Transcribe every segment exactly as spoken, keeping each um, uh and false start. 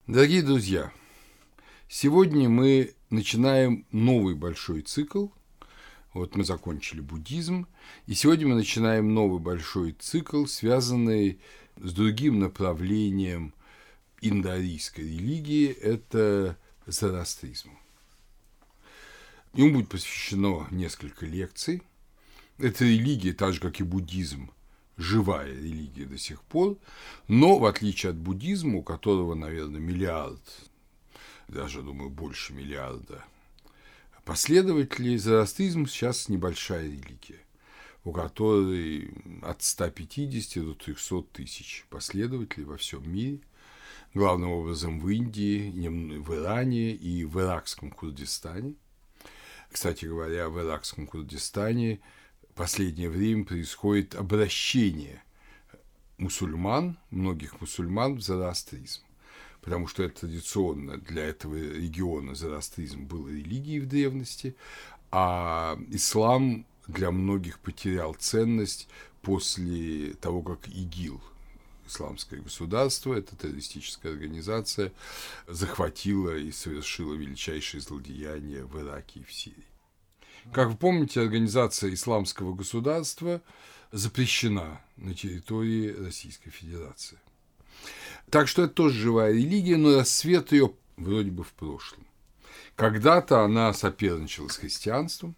Дорогие друзья, сегодня мы начинаем новый большой цикл. Вот мы закончили буддизм, и сегодня мы начинаем новый большой цикл, связанный с другим направлением индоарийской религии – это зороастризм. Ему будет посвящено несколько лекций. Эта религия, так же как и буддизм, живая религия до сих пор, но в отличие от буддизма, у которого, наверное, миллиард, даже, думаю, больше миллиарда последователей, зороастризм сейчас небольшая религия, у которой от ста пятидесяти до трехсот тысяч последователей во всем мире, главным образом в Индии, в Иране и в иракском Курдистане. Кстати говоря, в иракском Курдистане в последнее время происходит обращение мусульман, многих мусульман в зороастризм, потому что это традиционно для этого региона зороастризм был религией в древности, а ислам для многих потерял ценность после того, как ИГИЛ, исламское государство, эта террористическая организация, захватила и совершила величайшие злодеяния в Ираке и в Сирии. Как вы помните, организация исламского государства запрещена на территории Российской Федерации. Так что это тоже живая религия, но расцвет ее вроде бы в прошлом. Когда-то она соперничала с христианством,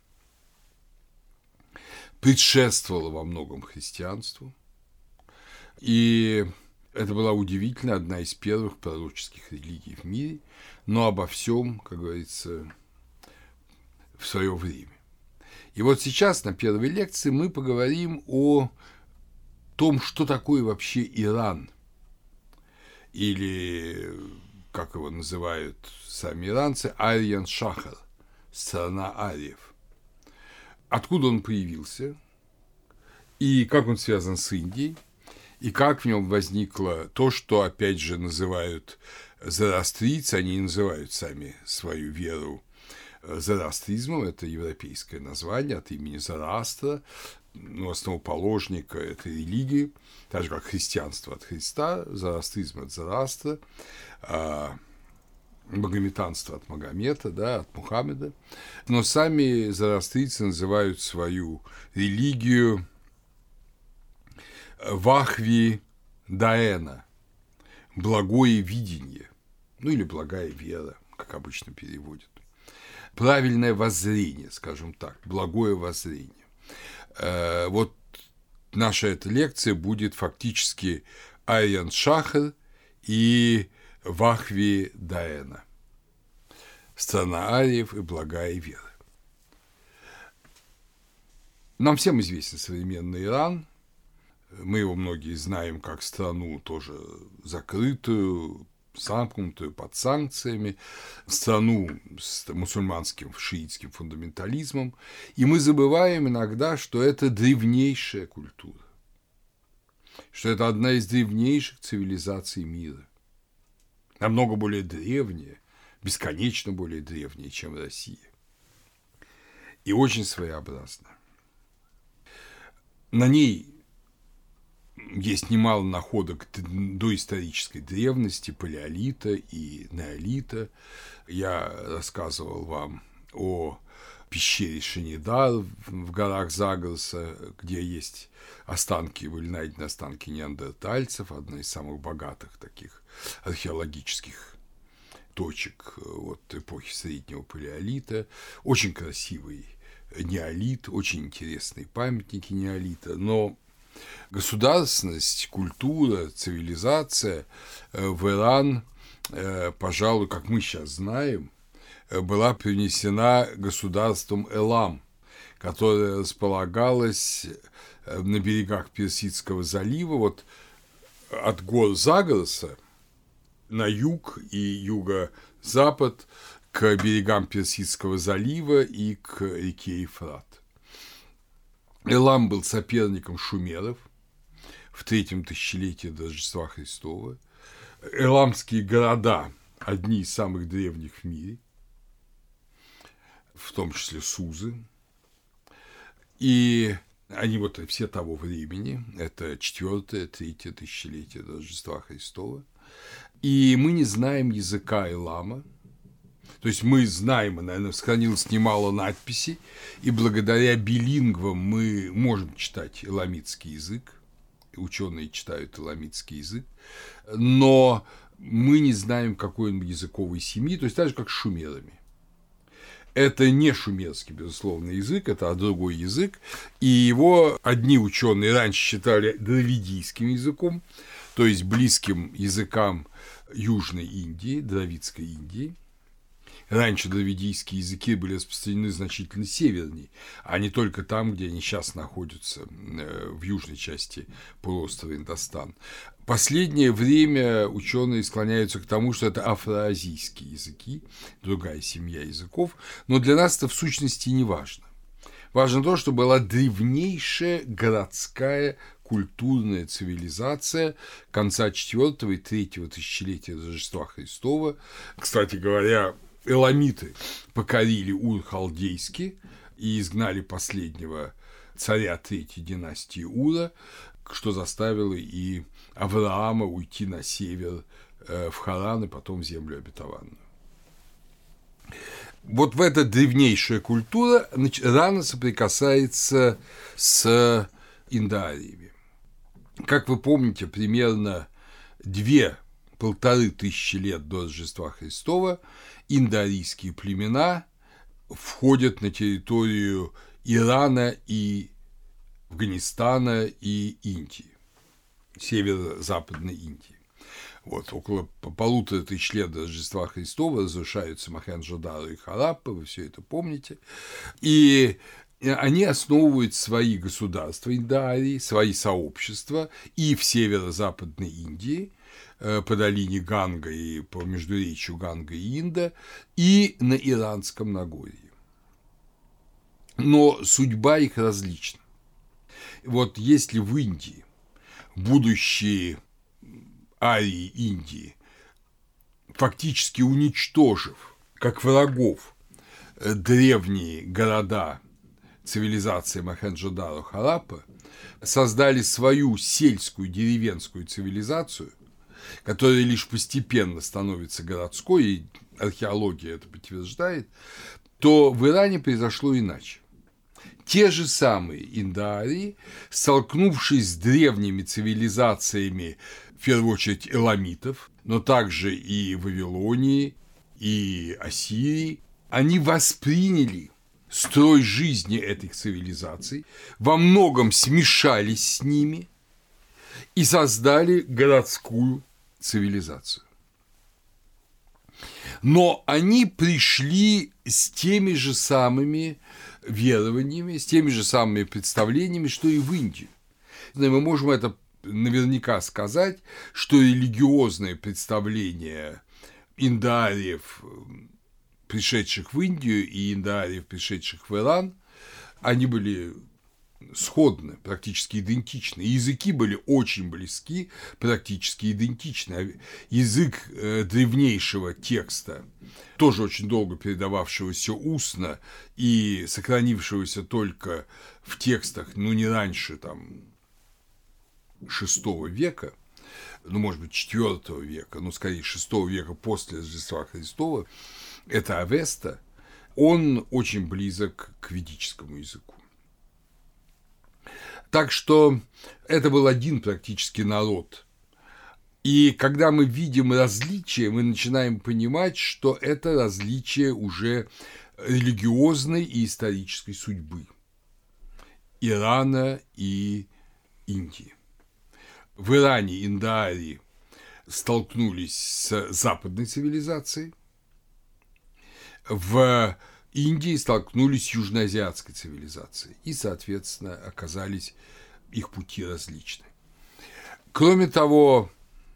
предшествовала во многом христианству, и это была удивительно одна из первых пророческих религий в мире, но обо всем, как говорится, в свое время. И вот сейчас на первой лекции мы поговорим о том, что такое вообще Иран, или, как его называют сами иранцы, Арьян-Шахар, страна ариев. Откуда он появился, и как он связан с Индией, и как в нем возникло то, что, опять же, называют зороастрийцы, они и называют сами свою веру зороастризмом, это европейское название от имени Зороастра, ну, основоположника этой религии, так же как христианство от Христа, зороастризм от Зороастра, а магометанство от Магомета, да, от Мухаммеда. Но сами зороастрийцы называют свою религию Вахви Даэна, благое видение, ну или благая вера, как обычно переводят. Правильное воззрение, скажем так, благое воззрение. Вот наша эта лекция будет фактически Арьян-Шахар и Вахви Даэна, страна ариев и благая вера. Нам всем известен современный Иран. Мы его многие знаем как страну тоже закрытую, замкнутую, под санкциями, страну с мусульманским шиитским фундаментализмом. И мы забываем иногда, что это древнейшая культура, что это одна из древнейших цивилизаций мира, намного более древняя, бесконечно более древняя, чем Россия, и очень своеобразна. На ней есть немало находок доисторической древности, палеолита и неолита. Я рассказывал вам о пещере Шенидар в горах Загроса, где есть останки, были найдены останки неандертальцев, одна из самых богатых таких археологических точек от эпохи среднего палеолита. Очень красивый неолит, очень интересные памятники неолита, но государственность, культура, цивилизация в Иран, пожалуй, как мы сейчас знаем, была принесена государством Элам, которое располагалось на берегах Персидского залива, вот от гор Загроса на юг и юго-запад к берегам Персидского залива и к реке Ефрат. Элам был соперником шумеров в третьем тысячелетии до Рождества Христова. Эламские города – одни из самых древних в мире, в том числе Сузы. И Они вот все того времени, это четвертое, третье тысячелетие до Рождества Христова. И мы не знаем языка элама. То есть мы знаем, наверное, сохранилось немало надписей, и благодаря билингвам мы можем читать эламитский язык. Ученые читают эламитский язык, но мы не знаем, какой он языковой семьи, то есть так же, как с шумерами. Это не шумерский, безусловно, язык, это другой язык, и его одни ученые раньше считали дравидийским языком, то есть близким языкам Южной Индии, Дравидской Индии. Раньше дравидийские языки были распространены значительно севернее, а не только там, где они сейчас находятся, в южной части полуострова Индостан. Последнее время ученые склоняются к тому, что это афроазийские языки, другая семья языков, но для нас это в сущности не важно. Важно то, что была древнейшая городская культурная цивилизация конца четвёртого и третьего тысячелетия до Рождества Христова. Кстати говоря, эламиты покорили Ур-Халдейский и изгнали последнего царя третьей династии Ура, что заставило и Авраама уйти на север в Харан и потом в землю обетованную. Вот в эта древнейшая культура рано соприкасается с индоариями. Как вы помните, примерно две-полторы тысячи лет до Рождества Христова индоарийские племена входят на территорию Ирана и Афганистана и Индии, северо-западной Индии. Вот, около полутора тысяч лет до Рождества Христова разрушаются Мохенджо-Даро и Хараппа, вы все это помните, и они основывают свои государства Индоарии, свои сообщества и в северо-западной Индии, по долине Ганга и по междуречью Ганга и Инда, и на Иранском Нагорье. Но судьба их различна. Вот если в Индии будущие арии Индии, фактически уничтожив, как врагов, древние города цивилизации Мохенджо-Даро, Хараппа, создали свою сельскую деревенскую цивилизацию, которая лишь постепенно становится городской, и археология это подтверждает, то в Иране произошло иначе. Те же самые индоарии, столкнувшись с древними цивилизациями, в первую очередь эламитов, но также и Вавилонии, и Ассирии, они восприняли строй жизни этих цивилизаций, во многом смешались с ними и создали городскую цивилизацию. Но они пришли с теми же самыми верованиями, с теми же самыми представлениями, что и в Индию. Мы можем это наверняка сказать, что религиозные представления индоариев, пришедших в Индию, и индоариев, пришедших в Иран, они были сходны, практически идентичны. Языки были очень близки, практически идентичны. Язык древнейшего текста, тоже очень долго передававшегося устно и сохранившегося только в текстах, ну, не раньше там шестого века, ну, может быть, четвёртого века, ну, скорее, шестого века после Рождества Христова, это Авеста, он очень близок к ведическому языку. Так что это был один практически народ. И когда мы видим различия, мы начинаем понимать, что это различие уже религиозной и исторической судьбы Ирана и Индии. В Иране индоарии столкнулись с западной цивилизацией, в Индии столкнулись с южноазиатской цивилизацией и, соответственно, оказались их пути различны. Кроме того,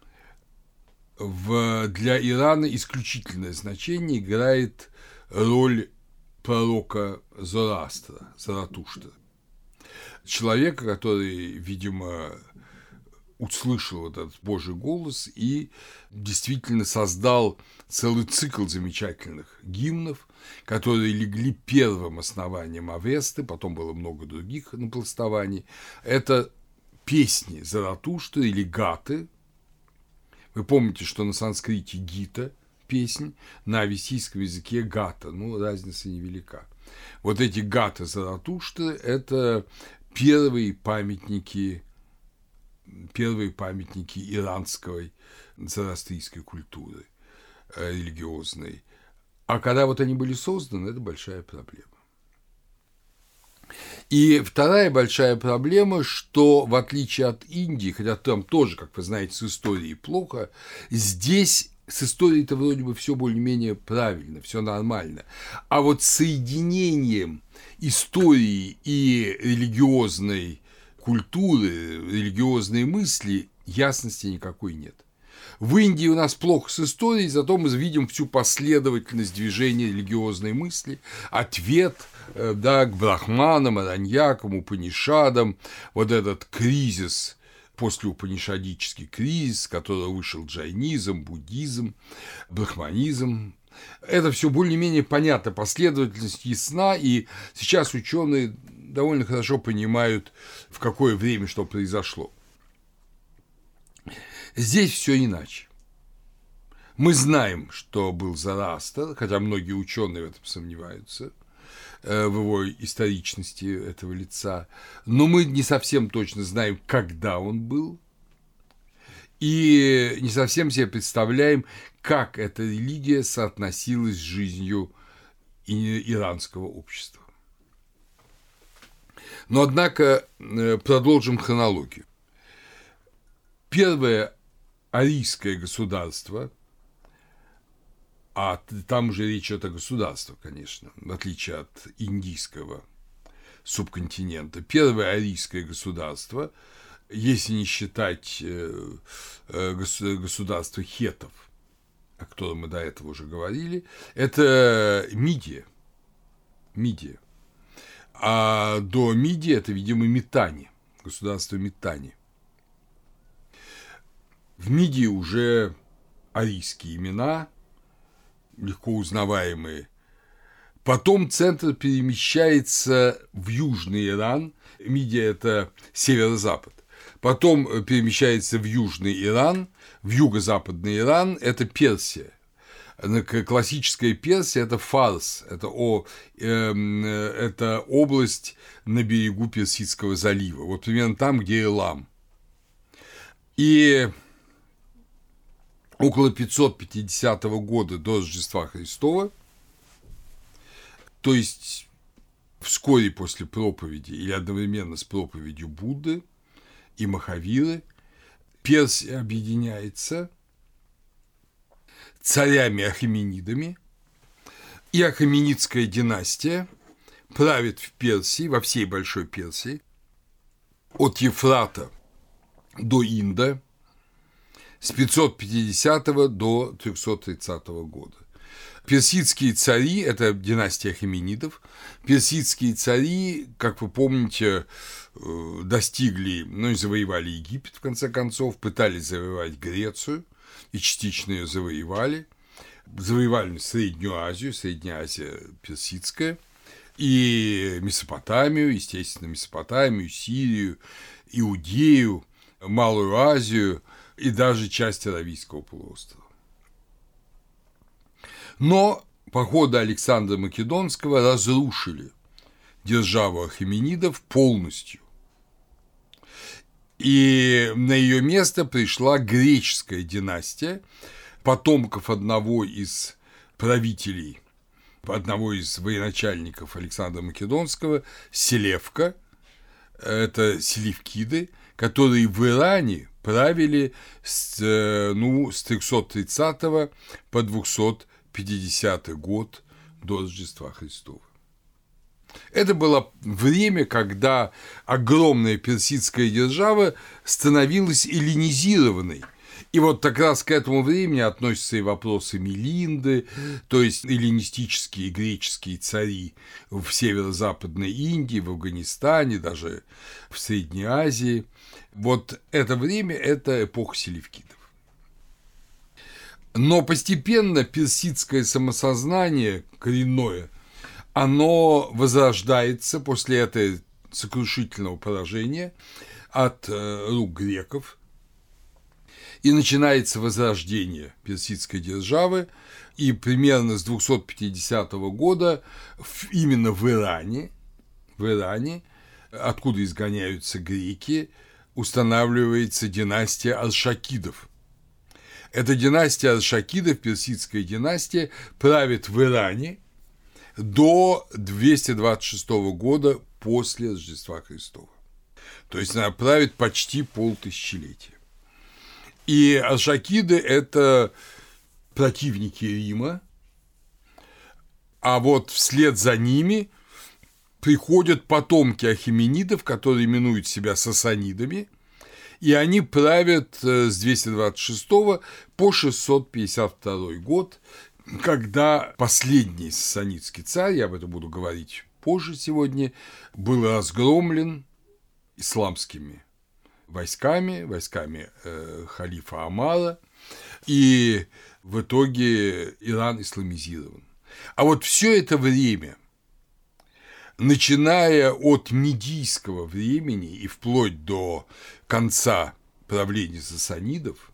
в, для Ирана исключительное значение играет роль пророка Зороастра, Заратуштра, человека, который, видимо, услышал вот этот Божий голос и действительно создал целый цикл замечательных гимнов, которые легли первым основанием Авесты, потом было много других напластований. Это песни Заратуштры или гаты. Вы помните, что на санскрите гита – песнь, на авестийском языке гата, ну, разница невелика. Вот эти гаты Заратуштры – это первые памятники, первые памятники иранской зороастрийской культуры религиозной. А когда вот они были созданы, это большая проблема. И вторая большая проблема, что в отличие от Индии, хотя там тоже, как вы знаете, с историей плохо, здесь с историей-то вроде бы все более-менее правильно, все нормально. А вот с соединением истории и религиозной культуры, религиозной мысли ясности никакой нет. В Индии у нас плохо с историей, зато мы видим всю последовательность движения религиозной мысли, ответ, да, к брахманам, араньякам, упанишадам, вот этот кризис, послеупанишадический кризис, с которого вышел джайнизм, буддизм, брахманизм. Это все более-менее понятно, последовательность ясна, и сейчас ученые довольно хорошо понимают, в какое время что произошло. Здесь все иначе. Мы знаем, что был Зороастр, хотя многие ученые в этом сомневаются, в его историчности этого лица, но мы не совсем точно знаем, когда он был, и не совсем себе представляем, как эта религия соотносилась с жизнью иранского общества. Но, однако, продолжим хронологию. Первое арийское государство, а там уже речь идет о государстве, конечно, в отличие от индийского субконтинента. Первое арийское государство, если не считать государство хеттов, о котором мы до этого уже говорили, это Мидия. Мидия. А до Мидии это, видимо, Митани, государство Митани. В Мидии уже арийские имена, легко узнаваемые. Потом центр перемещается в Южный Иран. Мидия – это северо-запад. Потом перемещается в Южный Иран, в юго-западный Иран – это Персия. Классическая Персия – это Фарс, это, о, э, это область на берегу Персидского залива, вот примерно там, где Элам. И около пятьсот пятидесятого года до Рождества Христова, то есть вскоре после проповеди или одновременно с проповедью Будды и Махавиры, Персия объединяется царями-ахеменидами, и ахеменидская династия правит в Персии, во всей Большой Персии, от Ефрата до Инда, с пятьсот пятидесятого до трехсот тридцатого года. Персидские цари – это династия ахеменидов. Персидские цари, как вы помните, достигли, ну и завоевали Египет, в конце концов, пытались завоевать Грецию и частично ее завоевали. Завоевали Среднюю Азию, Средняя Азия персидская, и Месопотамию, естественно, Месопотамию, Сирию, Иудею, Малую Азию и даже часть Аравийского полуострова. Но походы Александра Македонского разрушили державу ахеменидов полностью. И на ее место пришла греческая династия, потомков одного из правителей, одного из военачальников Александра Македонского, Селевка, это селевкиды, которые в Иране правили с, ну, с трехсот тридцатого по двухсот пятидесятый год до Рождества Христова. Это было время, когда огромная персидская держава становилась эллинизированной, И вот как раз к этому времени относятся и вопросы Мелинды, то есть эллинистические греческие цари в северо-западной Индии, в Афганистане, даже в Средней Азии. Вот это время – это эпоха селевкидов. Но постепенно персидское самосознание коренное, оно возрождается после этого сокрушительного поражения от рук греков, и начинается возрождение персидской державы, и примерно с двухсот пятидесятого года именно в Иране, в Иране, откуда изгоняются греки, устанавливается династия Аршакидов. Эта династия Аршакидов, персидская династия, правит в Иране до двухсот двадцать шестого года после Рождества Христова. То есть она правит почти полтысячелетия. И аршакиды – это противники Рима, а вот вслед за ними приходят потомки ахеменидов, которые именуют себя сасанидами, и они правят с двухсот двадцать шестого по шестьсот пятьдесят второй год, когда последний сасанидский царь, я об этом буду говорить позже сегодня, был разгромлен исламскими войсками, войсками э, халифа Омара, и в итоге Иран исламизирован. А вот все это время, начиная от медийского времени и вплоть до конца правления сасанидов,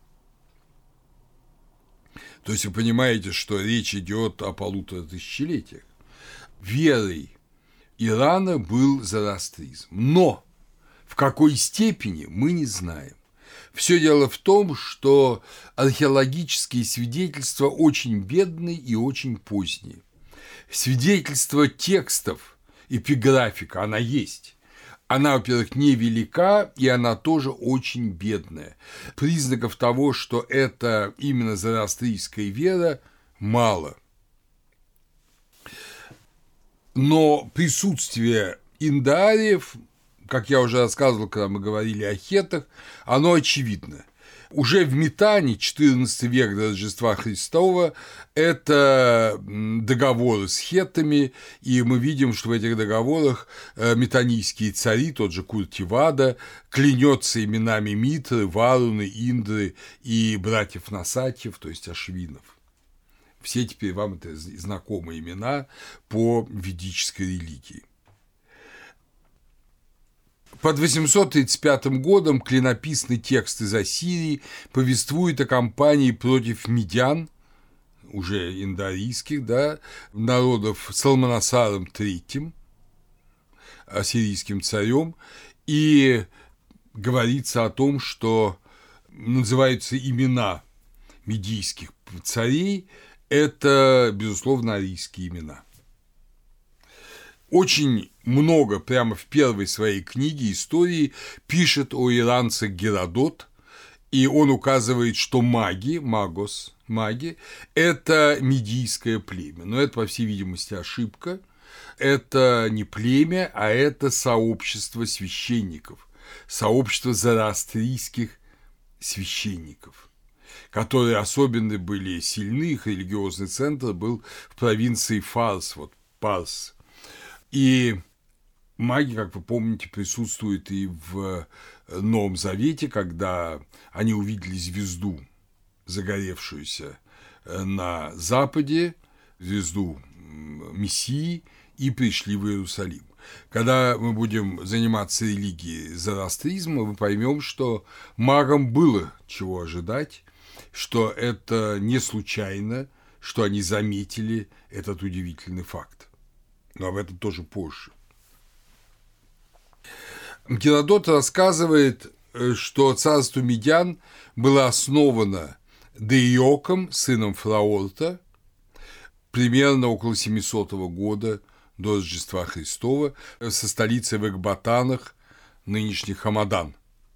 то есть вы понимаете, что речь идет о полутора тысячелетиях, верой Ирана был зороастризм. Но в какой степени, мы не знаем. Все дело в том, что археологические свидетельства очень бедные и очень поздние. Свидетельства текстов, эпиграфика, она есть. Она, во-первых, невелика, и она тоже очень бедная. Признаков того, что это именно зороастрийская вера, мало. Но присутствие индаариев, как я уже рассказывал, когда мы говорили о хеттах, оно очевидно. Уже в Метане, четырнадцатый век до Рождества Христова, это договоры с хеттами, и мы видим, что в этих договорах метанийские цари, тот же Куртивада, клянется именами Митры, Варуны, Индры и братьев Насатьев, то есть ашвинов. Все теперь вам это знакомые имена по ведической религии. Под восемьсот тридцать пятым годом клинописный текст из Ассирии повествует о кампании против медян, уже индоарийских, да, народов Салманасаром третьим, ассирийским царем, и говорится о том, что называются имена медийских царей, это, безусловно, арийские имена. Очень много прямо в первой своей книге истории пишет о иранцах Геродот, и он указывает, что маги, магос, маги – это медийское племя. Но это, по всей видимости, ошибка. Это не племя, а это сообщество священников, сообщество зороастрийских священников, которые особенно были сильны, их религиозный центр был в провинции Фарс, вот Парс. И маги, как вы помните, присутствуют и в Новом Завете, когда они увидели звезду, загоревшуюся на Западе, звезду Мессии, и пришли в Иерусалим. Когда мы будем заниматься религией зороастризма, мы поймем, что магам было чего ожидать, что это не случайно, что они заметили этот удивительный факт. Но об этом тоже позже. Геродот рассказывает, что царство Медян было основано Деиоком, сыном Фраорта, примерно около семисотого года до Рождества Христова, со столицей в Экбатанах, нынешний Хамадан.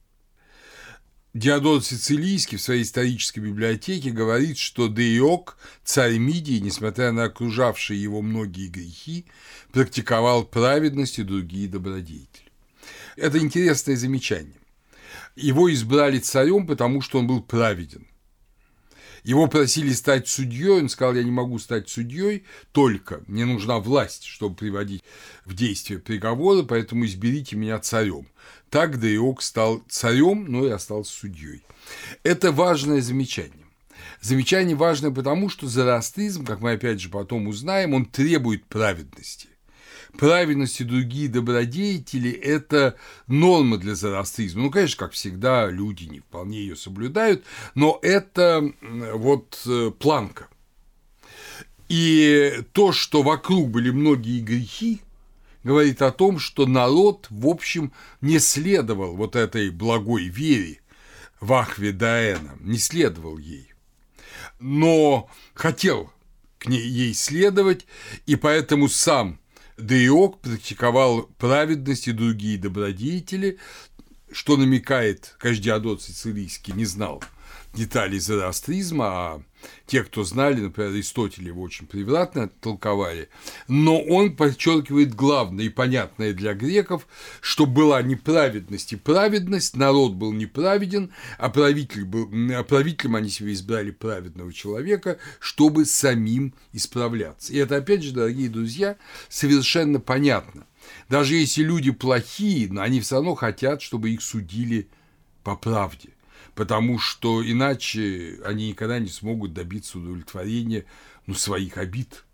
Диодор Сицилийский в своей исторической библиотеке говорит, что Деиок, царь Мидии, несмотря на окружавшие его многие грехи, практиковал праведность и другие добродетели. Это интересное замечание. Его избрали царем, потому что он был праведен. Его просили стать судьей, он сказал: я не могу стать судьей, только мне нужна власть, чтобы приводить в действие приговоры, поэтому изберите меня царем. Так Деиок стал царем, но и остался судьей. Это важное замечание. Замечание важное потому, что зороастризм, как мы опять же потом узнаем, он требует праведности. Праведность и другие добродетели – это норма для зороастризма. Ну, конечно, как всегда, люди не вполне ее соблюдают, но это вот планка. И то, что вокруг были многие грехи, говорит о том, что народ, в общем, не следовал вот этой благой вере в Ахве Даэна, не следовал ей, но хотел к ней ей следовать, и поэтому сам Деиок практиковал праведность и другие добродетели, что намекает, Кождиодот Сицилийский не знал деталей зороастризма, а те, кто знали, например, Аристотель его очень превратно толковали, но он подчеркивает главное и понятное для греков, что была неправедность и праведность, народ был неправеден, а, правитель был, а правителем они себе избрали праведного человека, чтобы самим исправляться. И это, опять же, дорогие друзья, совершенно понятно. Даже если люди плохие, но они все равно хотят, чтобы их судили по правде, потому что иначе они никогда не смогут добиться удовлетворения, ну, своих обид.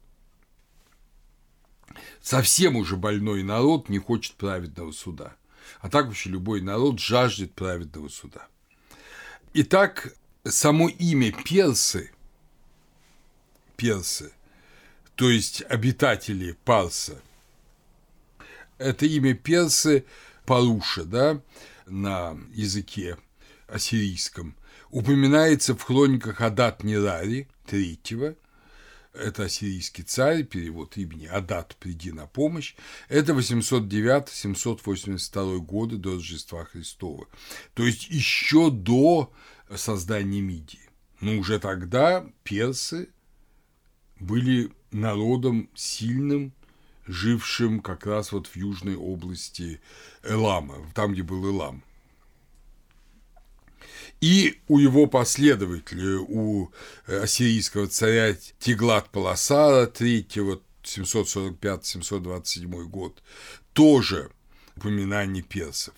Совсем уже больной народ не хочет праведного суда, а так вообще любой народ жаждет праведного суда. Итак, само имя персы, персы, то есть обитатели Парса, это имя персы, Паруша, да, на языке ассирийском, упоминается в хрониках Адат-Нирари третьего, это ассирийский царь, перевод имени Адат, приди на помощь, это восемьсот девятый — семьсот восемьдесят второй годы до Рождества Христова, то есть еще до создания Мидии. Но уже тогда персы были народом сильным, жившим как раз вот в южной области Элама, там, где был Элам. И у его последователей, у ассирийского царя Тиглат-Паласара третьего, семьсот сорок пятый — семьсот двадцать седьмой год, тоже упоминание персов.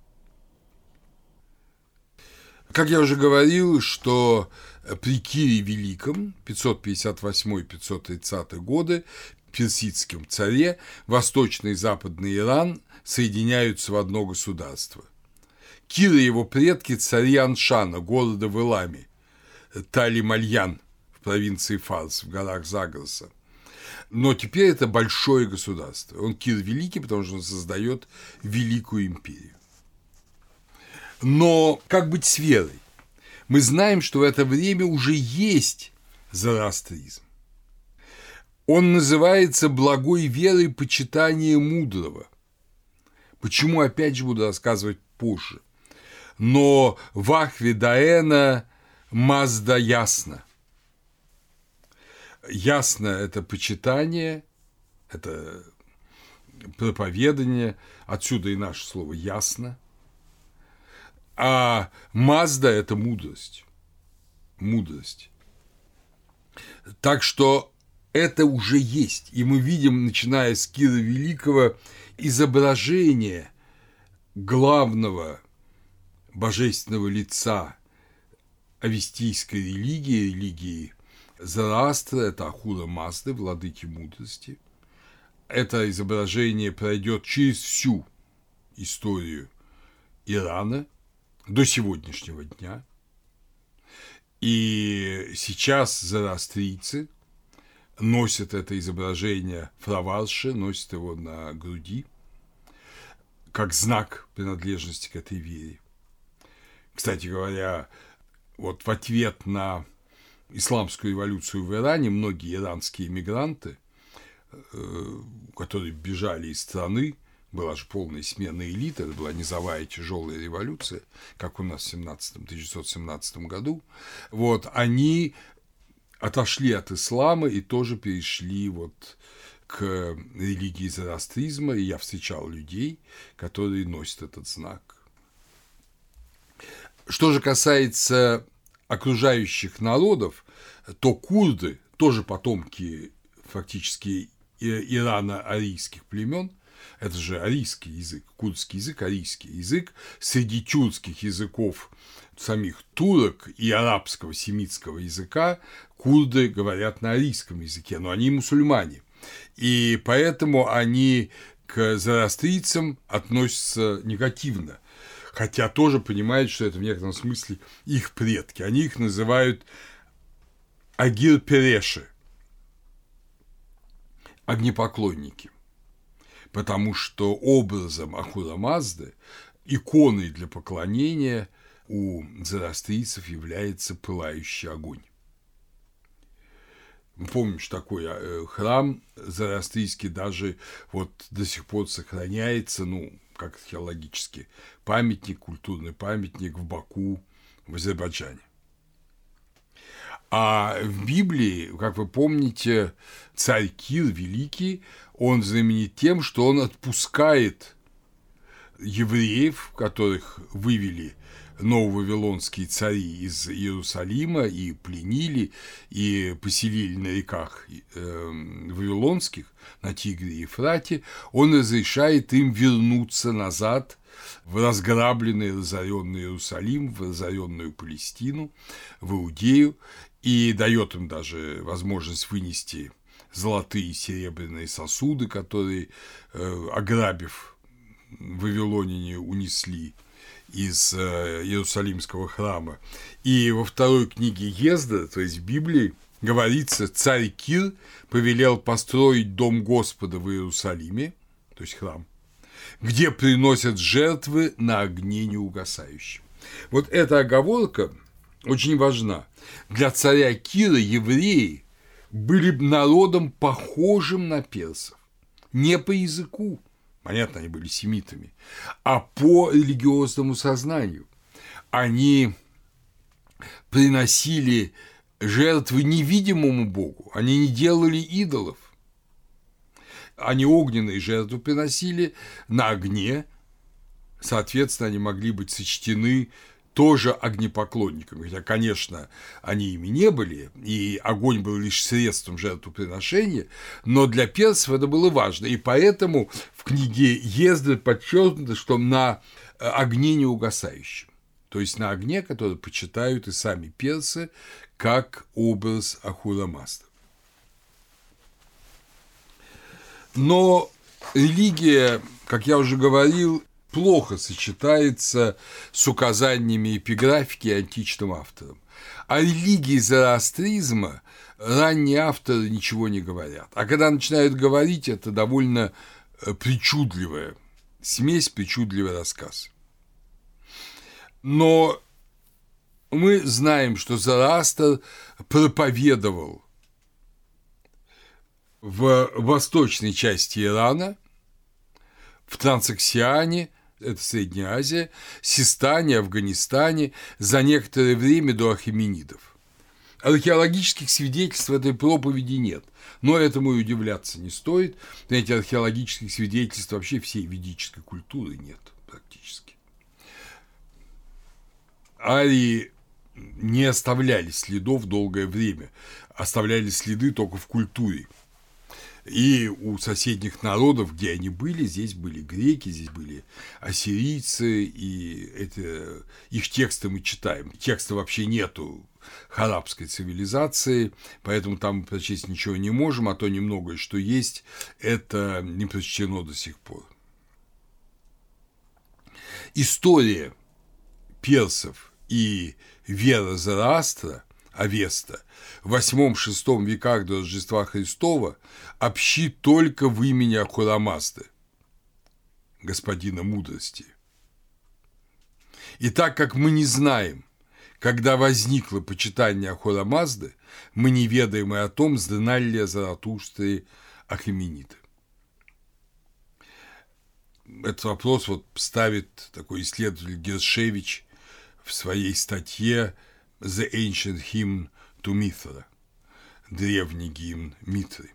Как я уже говорил, что при Кире Великом, пятьсот пятьдесят восьмой — пятьсот тридцатый годы, персидском царе, Восточный и Западный Иран соединяются в одно государство. Кир и его предки – цари Аншана, города в Эламе, Тали-Мальян в провинции Фарс, в горах Загроса. Но теперь это большое государство. Он Кир Великий, потому что он создает великую империю. Но как быть с верой? Мы знаем, что в это время уже есть зороастризм. Он называется благой верой почитания мудрого. Почему, опять же, буду рассказывать позже. Но в Ахве Даэна Мазда ясно. Ясно – это почитание, это проповедание, отсюда и наше слово «ясно». А Мазда – это мудрость. Мудрость. Так что это уже есть. И мы видим, начиная с Кира Великого, изображение главного божественного лица авестийской религии, религии Зороастра, это Ахура Мазды, владыки мудрости. Это изображение пройдет через всю историю Ирана до сегодняшнего дня. И сейчас зороастрийцы носят это изображение фраварши, носят его на груди, как знак принадлежности к этой вере. Кстати говоря, вот в ответ на исламскую революцию в Иране многие иранские эмигранты, которые бежали из страны, была же полная смена элиты, это была низовая тяжелая революция, как у нас в тысяча девятьсот семнадцатом году, вот, они отошли от ислама и тоже перешли вот к религии зороастризма, и я встречал людей, которые носят этот знак. Что же касается окружающих народов, то курды, тоже потомки фактически ирано-арийских племен, это же арийский язык, курдский язык, арийский язык, среди тюркских языков самих турок и арабского семитского языка курды говорят на арийском языке, но они мусульмане, и поэтому они к зороастрийцам относятся негативно, хотя тоже понимают, что это в некотором смысле их предки, они их называют агир-переши, огнепоклонники, потому что образом Ахура Мазды, иконой для поклонения у зороастрийцев является пылающий огонь. Мы помним, что такой храм зороастрийский даже вот до сих пор сохраняется, ну, как археологический памятник, культурный памятник в Баку, в Азербайджане. А в Библии, как вы помните, царь Кир Великий, он знаменит тем, что он отпускает евреев, которых вывели нововавилонские цари из Иерусалима и пленили, и поселили на реках вавилонских, на Тигре и Ефрате, он разрешает им вернуться назад в разграбленный, разоренный Иерусалим, в разоренную Палестину, в Иудею, и дает им даже возможность вынести золотые и серебряные сосуды, которые, ограбив вавилоняне, унесли из Иерусалимского храма. И во второй книге Ездра, то есть в Библии, говорится, царь Кир повелел построить дом Господа в Иерусалиме, то есть храм, где приносят жертвы на огне неугасающем. Вот эта оговорка очень важна. Для царя Кира евреи были народом, похожим на персов, не по языку, понятно, они были семитами, а по религиозному сознанию. Они приносили жертвы невидимому Богу, они не делали идолов, они огненные жертвы приносили на огне, соответственно, они могли быть сочтены тоже огнепоклонниками, хотя, конечно, они ими не были, и огонь был лишь средством жертвоприношения, но для персов это было важно, и поэтому в книге Ездры подчеркнуто, что на огне неугасающем, то есть на огне, который почитают и сами персы, как образ Ахура Мазды. Но религия, как я уже говорил, плохо сочетается с указаниями эпиграфики античным авторам. О религии зороастризма ранние авторы ничего не говорят. А когда начинают говорить, это довольно причудливая смесь, причудливый рассказ. Но мы знаем, что Зороастр проповедовал в восточной части Ирана, в Трансоксиане, это Средняя Азия, Систане, Афганистане, за некоторое время до ахеменидов. Археологических свидетельств этой проповеди нет, но этому и удивляться не стоит. Знаете, археологических свидетельств вообще всей ведической культуры нет практически. Арии не оставляли следов долгое время, оставляли следы только в культуре. И у соседних народов, где они были, здесь были греки, здесь были ассирийцы, и это, их тексты мы читаем. Текста вообще нету харабской цивилизации, поэтому там мы прочесть ничего не можем, а то немногое, что есть, это не прочтено до сих пор. История персов и вера Зороастра, Авеста, в восьмом-шестом веках до Рождества Христова общи только в имени Ахура Мазды, господина мудрости. И так как мы не знаем, когда возникло почитание Ахура Мазды, мы не ведаем и о том, знали ли Заратустры ахемениды. Этот вопрос вот ставит такой исследователь Гершевич в своей статье «The Ancient Hymn to Mithra» – древний гимн Митры.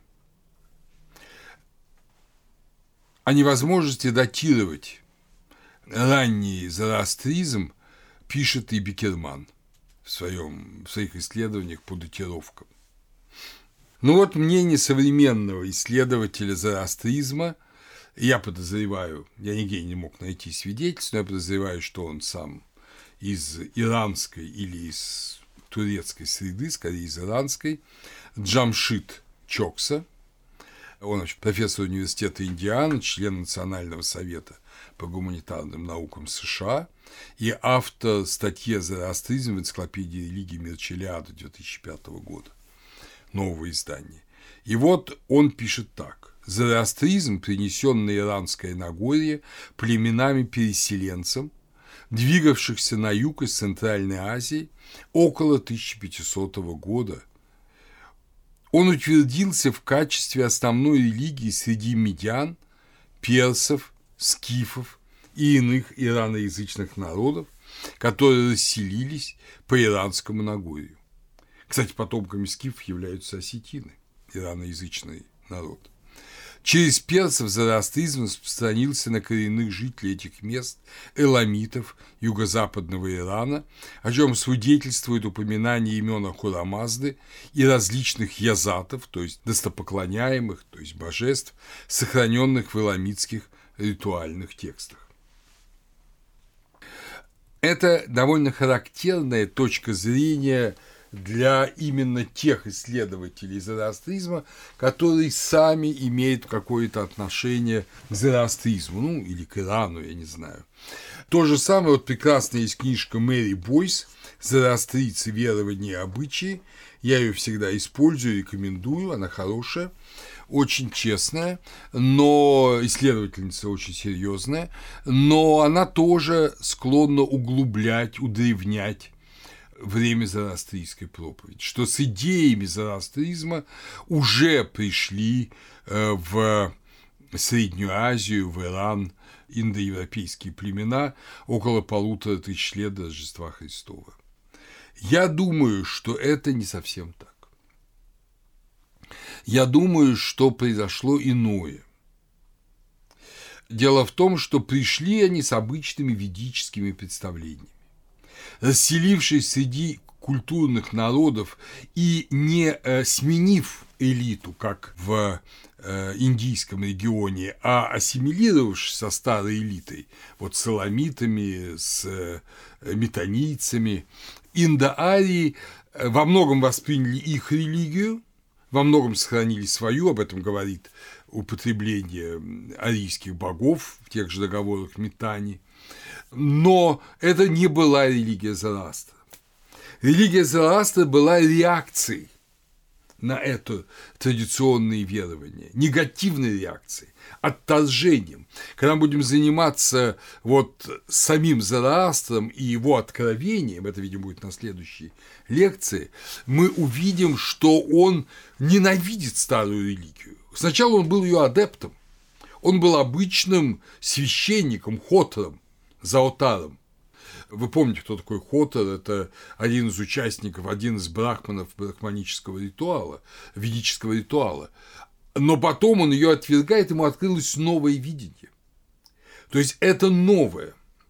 О невозможности датировать ранний зороастризм пишет и Бекерман в, своем, в своих исследованиях по датировкам. Ну вот мнение современного исследователя зороастризма, я подозреваю, я нигде не мог найти свидетельств, но я подозреваю, что он сам из иранской или из турецкой среды, скорее из иранской, Джамшид Чокса. Он вообще профессор университета Индианы, член Национального совета по гуманитарным наукам США и автор статьи о зороастризме в энциклопедии религии Мерчелиада две тысячи пятого года, нового издания. И вот он пишет так. Зороастризм принесен на Иранское Нагорье племенами-переселенцам, двигавшихся на юг из Центральной Азии около тысяча пятисотого года. Он утвердился в качестве основной религии среди медян, персов, скифов и иных ираноязычных народов, которые расселились по Иранскому Нагорью. Кстати, потомками скифов являются осетины, ираноязычный народ. Через персов зороастризм распространился на коренных жителей этих мест, эламитов юго-западного Ирана, о чем свидетельствует упоминание имен Ахура-Мазды и различных язатов, то есть достопоклоняемых, то есть божеств, сохраненных в эламитских ритуальных текстах. Это довольно характерная точка зрения для именно тех исследователей зороастризма, которые сами имеют какое-то отношение к зороастризму, ну, или к Ирану, я не знаю. То же самое, вот прекрасная есть книжка Мэри Бойс «Зороастрийцы, верования и обычаи». Я ее всегда использую, рекомендую, она хорошая, очень честная, но исследовательница очень серьезная, но она тоже склонна углублять, удревнять время зороастрийской проповеди, что с идеями зороастризма уже пришли в Среднюю Азию, в Иран, индоевропейские племена около полутора тысяч лет до Рождества Христова. Я думаю, что это не совсем так. Я думаю, что произошло иное. Дело в том, что пришли они с обычными ведическими представлениями. Расселившись среди культурных народов и не э, сменив элиту, как в э, индийском регионе, а ассимилировавшись со старой элитой, вот с эламитами, с э, метанийцами, индоарии во многом восприняли их религию, во многом сохранили свою, об этом говорит употребление арийских богов в тех же договорах Митани. Но это не была религия Зороастра. Религия Зороастра была реакцией на это традиционные верования, негативной реакцией, отторжением. Когда мы будем заниматься вот самим Зороастром и его откровением, это, видимо, будет на следующей лекции, мы увидим, что он ненавидит старую религию. Сначала он был ее адептом, он был обычным священником, хотором, заотаром. Вы помните, кто такой хотор? Это один из участников, один из брахманов брахманического ритуала, ведического ритуала. Но потом он ее отвергает, ему открылось новое видение. То есть это новое.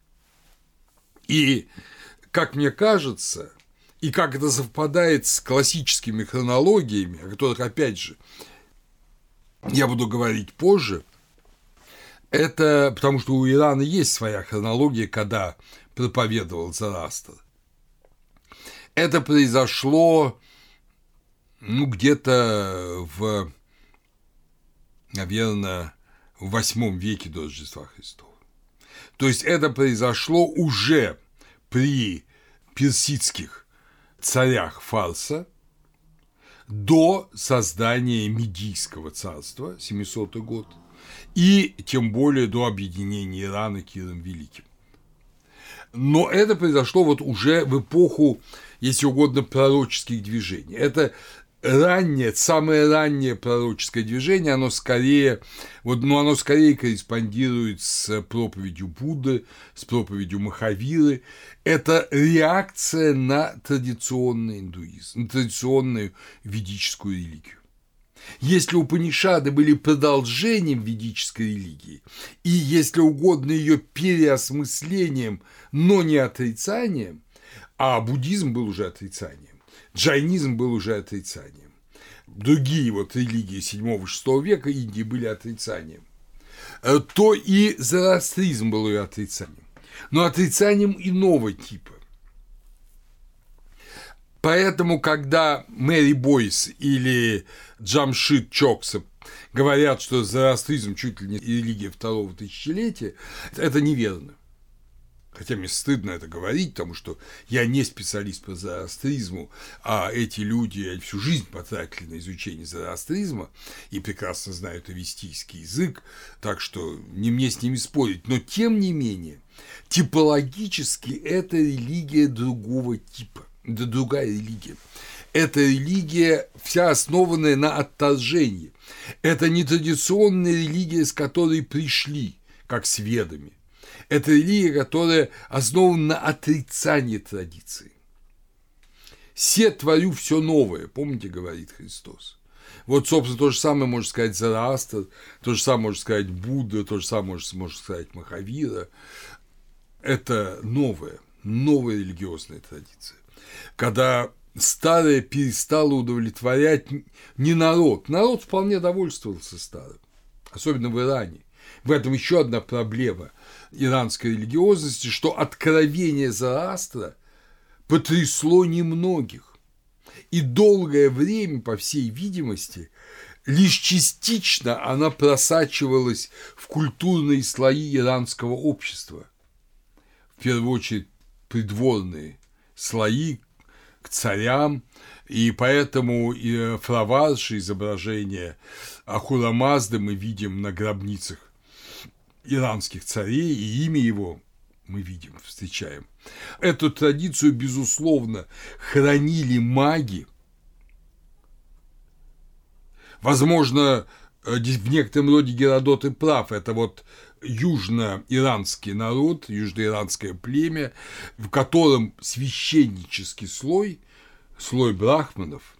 И, как мне кажется, и как это совпадает с классическими хронологиями, о которых, опять же, я буду говорить позже, это потому, что у Ирана есть своя хронология, когда проповедовал Зороастр. Это произошло, ну, где-то в, наверное, в восьмом веке до Рождества Христова. То есть это произошло уже при персидских царях Фарса до создания Медийского царства, семисотый год, и тем более до объединения Ирана Киром Великим. Но это произошло вот уже в эпоху, если угодно, пророческих движений. Это раннее, самое раннее пророческое движение, оно скорее, вот, ну, оно скорее корреспондирует с проповедью Будды, с проповедью Махавиры. Это реакция на традиционный индуизм, на традиционную ведическую религию. Если Упанишады были продолжением ведической религии и, если угодно, ее переосмыслением, но не отрицанием, а буддизм был уже отрицанием, джайнизм был уже отрицанием, другие вот религии седьмого-шестого века Индии были отрицанием, то и зороастризм был ее отрицанием, но отрицанием иного типа. Поэтому, когда Мэри Бойс или Джамшид Чокса говорят, что зороастризм чуть ли не религия второго тысячелетия, это неверно. Хотя мне стыдно это говорить, потому что я не специалист по зороастризму, а эти люди всю жизнь потратили на изучение зороастризма и прекрасно знают авестийский язык, так что не мне с ними спорить. Но, тем не менее, типологически это религия другого типа. Это другая религия. Это религия, вся основанная на отторжении. Это не традиционная религия, с которой пришли, как с ведами. Это религия, которая основана на отрицании традиции. «Се творю все новое», помните, говорит Христос. Вот, собственно, то же самое может сказать Зороастр, то же самое может сказать Будда, то же самое может, может сказать Махавира. Это новая, новая религиозная традиция. Когда старое перестало удовлетворять не народ. Народ вполне довольствовался старым, особенно в Иране. В этом еще одна проблема иранской религиозности, что откровение Зороастра потрясло немногих. И долгое время, по всей видимости, лишь частично она просачивалась в культурные слои иранского общества. В первую очередь придворные слои к царям, и поэтому и Фраварши, изображение Ахура Мазды мы видим на гробницах иранских царей, и имя его мы видим, встречаем. Эту традицию, безусловно, хранили маги. Возможно, в некотором роде Геродот и прав, это вот южно-иранский народ, южно-иранское племя, в котором священнический слой, слой брахманов,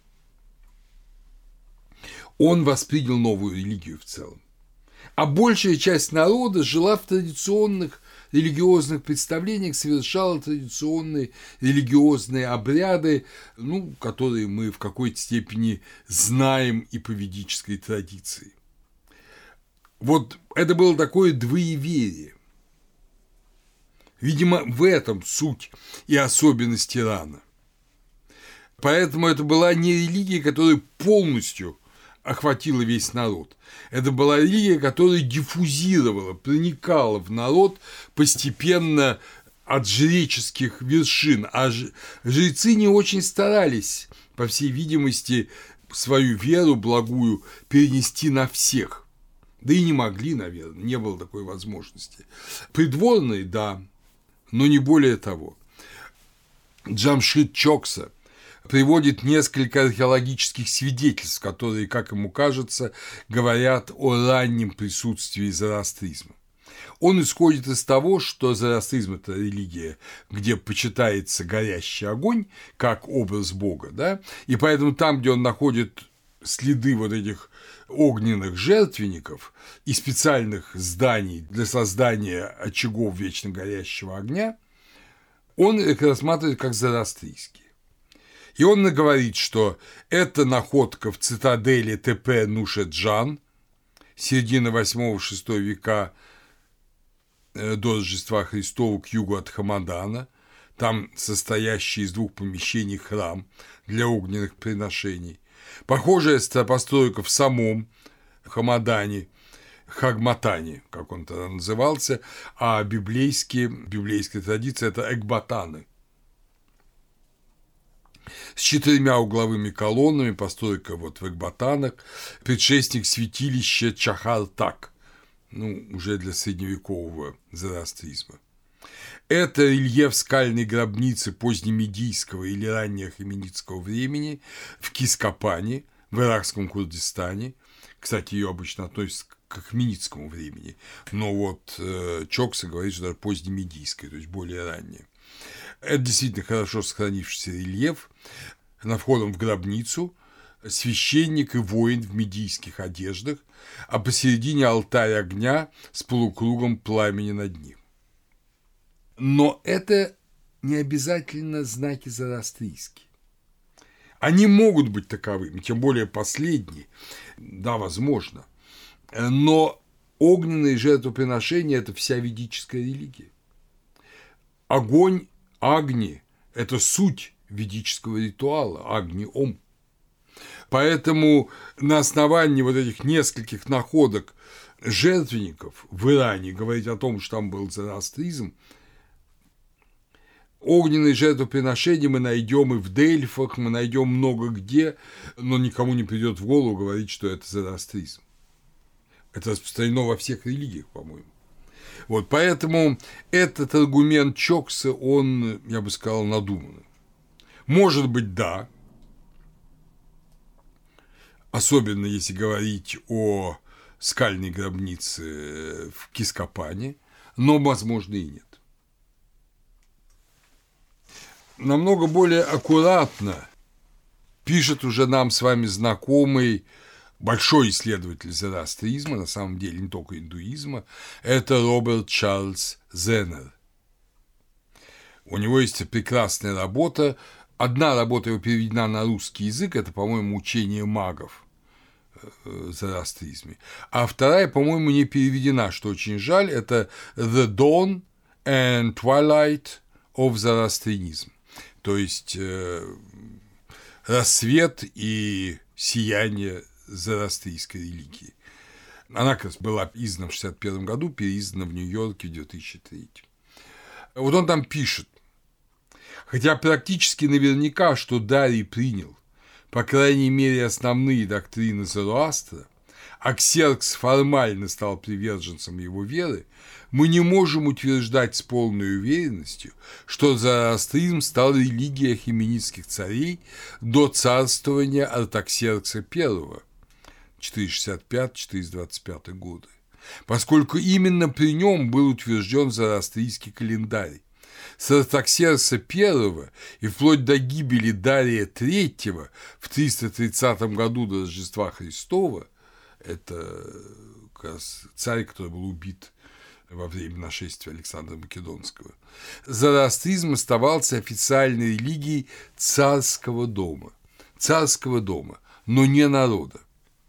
он воспринял новую религию в целом. А большая часть народа жила в традиционных религиозных представлениях, совершала традиционные религиозные обряды, ну, которые мы в какой-то степени знаем и по ведической традиции. Вот это было такое двоеверие. Видимо, в этом суть и особенность Ирана. Поэтому это была не религия, которая полностью охватила весь народ. Это была религия, которая диффузировала, проникала в народ постепенно от жреческих вершин. А жрецы не очень старались, по всей видимости, свою веру благую перенести на всех. Да и не могли, наверное, не было такой возможности. Придворные, да, но не более того. Джамшид Чокса приводит несколько археологических свидетельств, которые, как ему кажется, говорят о раннем присутствии зороастризма. Он исходит из того, что зороастризм – это религия, где почитается горящий огонь как образ Бога, да, и поэтому там, где он находит следы вот этих огненных жертвенников и специальных зданий для создания очагов вечно горящего огня, он их рассматривает как зороастрийские. И он говорит, что это находка в цитадели Тепе-Нушеджан, середины восьмого-шестого века до Рождества Христова к югу от Хамадана, там состоящий из двух помещений храм для огненных приношений. Похожая постройка в самом Хамадане, Хагматане, как он тогда назывался, а библейские, библейская традиция – это экбатаны. С четырьмя угловыми колоннами, постройка вот в экбатанах, предшественник святилища Чахар-Так, ну, уже для средневекового зороастризма. Это рельеф скальной гробницы позднемедийского или раннего хаменидского времени в Кискапане, в иракском Курдистане. Кстати, ее обычно относят к хаменидскому времени, но вот э, Чокса говорит, что даже позднемедийское, то есть более раннее. Это действительно хорошо сохранившийся рельеф. На входом в гробницу священник и воин в медийских одеждах, а посередине алтарь огня с полукругом пламени над ним. Но это не обязательно знаки зороастрийские. Они могут быть таковыми, тем более последние, да, возможно. Но огненные жертвоприношения – это вся ведическая религия. Огонь, агни – это суть ведического ритуала, агни-ом. Поэтому на основании вот этих нескольких находок жертвенников в Иране говорить о том, что там был зороастризм, огненные жертвоприношения мы найдем и в Дельфах, мы найдем много где, но никому не придет в голову говорить, что это зороастризм. Это распространено во всех религиях, по-моему. Вот, поэтому этот аргумент Чокса, он, я бы сказал, надуманный. Может быть, да, особенно если говорить о скальной гробнице в Кископане, но, возможно, и нет. Намного более аккуратно пишет уже нам с вами знакомый большой исследователь зороастризма, на самом деле не только индуизма, это Роберт Чарльз Зеннер. У него есть прекрасная работа. Одна работа его переведена на русский язык, это, по-моему, «Учение магов» в зороастризме. А вторая, по-моему, не переведена, что очень жаль, это «The Dawn and Twilight of Zoroastrianism». То есть э, рассвет и сияние зороастрийской религии. Она как раз была издана в шестьдесят первом году, переиздана в Нью-Йорке в две тысячи третьем. Вот он там пишет: хотя практически наверняка, что Дарий принял, по крайней мере, основные доктрины Зороастра, а Ксеркс формально стал приверженцем его веры, мы не можем утверждать с полной уверенностью, что зороастризм стал религией ахеменидских царей до царствования Артаксеркса I, четыреста шестьдесят пятый — четыреста двадцать пятый годы, поскольку именно при нем был утвержден зороастрийский календарь. С Артаксеркса I и вплоть до гибели Дария третьего в триста тридцатом году до Рождества Христова, это как раз царь, который был убит во время нашествия Александра Македонского, зороастризм оставался официальной религией царского дома, царского дома, но не народа.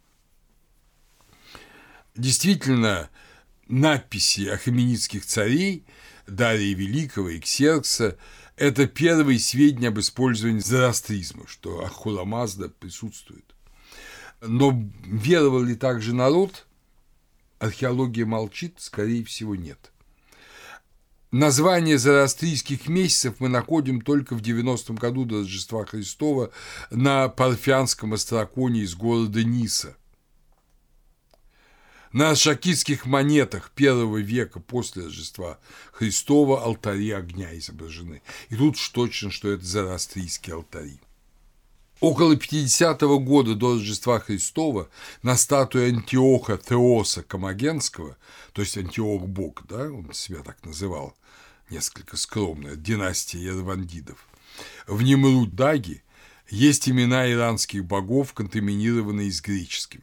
Действительно, надписи ахеменидских царей Дария Великого и Ксеркса – это первые сведения об использовании зороастризма, что Ахура Мазда присутствует. Но веровал ли также народ? Археология молчит, скорее всего, нет. Название зороастрийских месяцев мы находим только в девяностом году до Рождества Христова на Парфянском остроконе из города Ниса. На шакитских монетах первого века после Рождества Христова алтари огня изображены. И тут уж точно, что это зороастрийские алтари. Около пятидесятого года до Рождества Христова на статуе Антиоха Теоса Комагенского, то есть Антиох Бог, да, он себя так называл, несколько скромно, династия Ервандидов, в Нимрут-Даге есть имена иранских богов, контаминированные с греческими.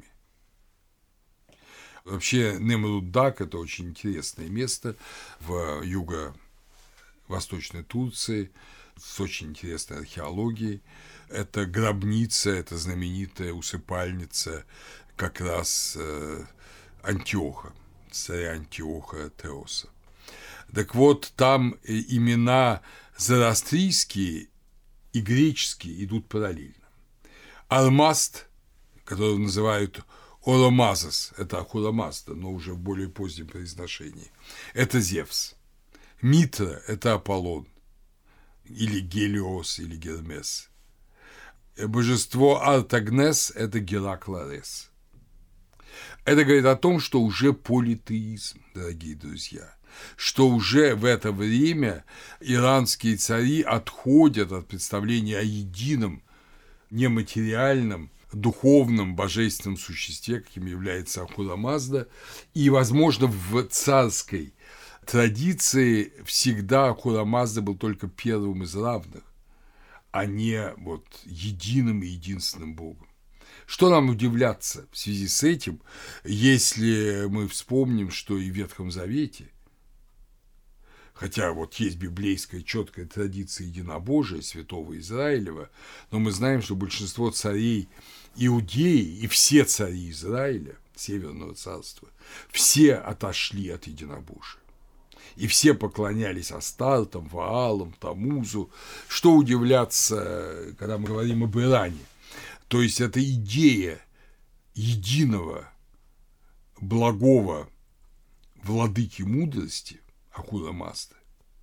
Вообще, Немрут-Даг – это очень интересное место в юго-восточной Турции с очень интересной археологией. Это гробница, это знаменитая усыпальница как раз Антиоха, царя Антиоха Теоса. Так вот, там имена зороастрийские и греческие идут параллельно. Алмаст, которого называют Оромазос, это Ахура Мазда, но уже в более позднем произношении, это Зевс. Митра – это Аполлон, или Гелиос, или Гермес. Божество Артагнес – это Геракл Арес. Это говорит о том, что уже политеизм, дорогие друзья, что уже в это время иранские цари отходят от представления о едином, нематериальном, духовном, божественном существе, каким является Ахура Мазда, и, возможно, в царской традиции всегда Ахура Мазда был только первым из равных, а не вот единым и единственным Богом. Что нам удивляться в связи с этим, если мы вспомним, что и в Ветхом Завете, хотя вот есть библейская четкая традиция единобожия, святого Израилева, но мы знаем, что большинство царей Иудеи и все цари Израиля, Северного царства, все отошли от единобожия. И все поклонялись Астартам, Ваалам, Тамузу. Что удивляться, когда мы говорим об Иране? То есть, это идея единого, благого владыки мудрости Ахура Мазды.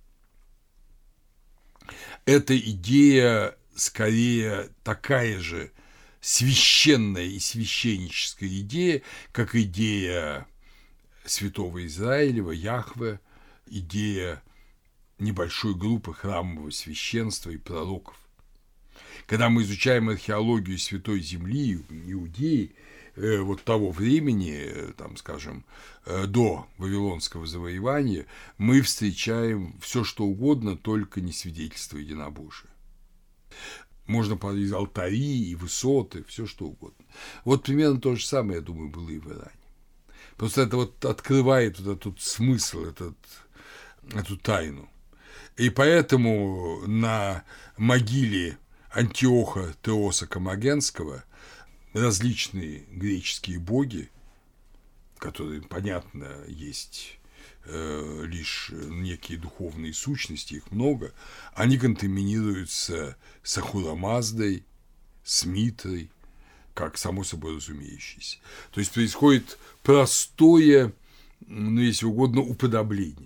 Эта идея скорее такая же священная и священническая идея, как идея святого Израилева, Яхве, идея небольшой группы храмового священства и пророков. Когда мы изучаем археологию Святой Земли, Иудеи, э, вот того времени, там, скажем, э, до Вавилонского завоевания, мы встречаем все что угодно, только не свидетельство единобожия. Можно из алтари и высоты, все что угодно. Вот примерно то же самое, я думаю, было и в Иране. Просто это вот открывает вот этот смысл, этот, эту тайну. И поэтому на могиле Антиоха Теоса Комагенского различные греческие боги, которые, понятно, есть э, лишь некие духовные сущности, их много, они контаминируются с Ахура Маздой, с Митрой, как само собой разумеющееся. То есть происходит простое, ну, если угодно, уподобление.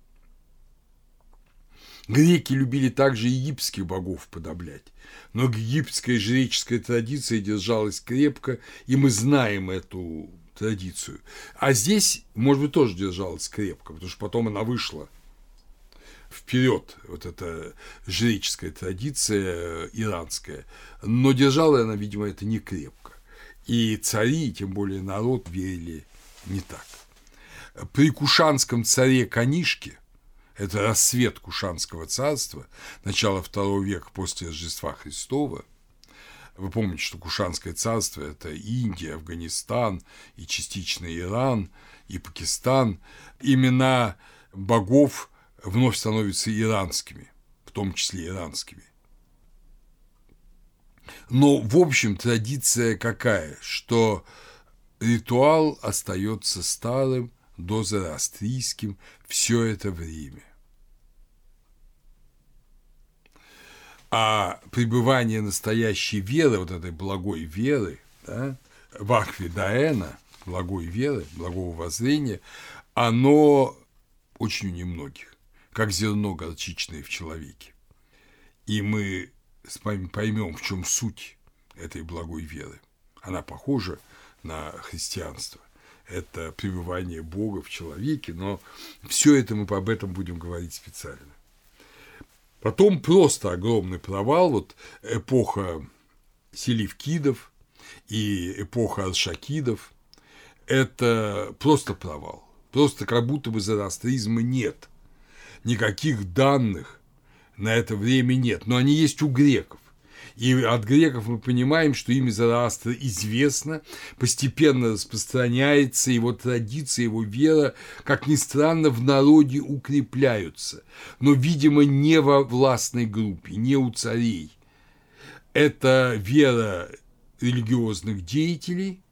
Греки любили также египетских богов подоблять, но египетская жреческая традиция держалась крепко, и мы знаем эту традицию. А здесь, может быть, тоже держалась крепко, потому что потом она вышла вперед, вот эта жреческая традиция иранская, но держала она, видимо, это не крепко. И цари, и тем более народ, верили не так. При кушанском царе Канишке, это рассвет Кушанского царства, начало второго века после Рождества Христова. Вы помните, что Кушанское царство – это Индия, Афганистан, и частично Иран, и Пакистан. Имена богов вновь становятся иранскими, в том числе иранскими. Но, в общем, традиция какая? Что ритуал остается старым, дозороастрийским все это время. А пребывание настоящей веры, вот этой благой веры, да, вахви даэна, благой веры, благого воззрения, оно очень у немногих, как зерно горчичное в человеке. И мы с вами поймем, в чем суть этой благой веры. Она похожа на христианство. Это пребывание Бога в человеке, но все это мы об этом будем говорить специально. Потом просто огромный провал, вот эпоха селевкидов и эпоха аршакидов – это просто провал, просто как будто бы зороастризма нет, никаких данных на это время нет, но они есть у греков. И от греков мы понимаем, что имя Зороастра известно, постепенно распространяется, его традиция, его вера, как ни странно, в народе укрепляются, но, видимо, не во властной группе, не у царей. Это вера религиозных деятелей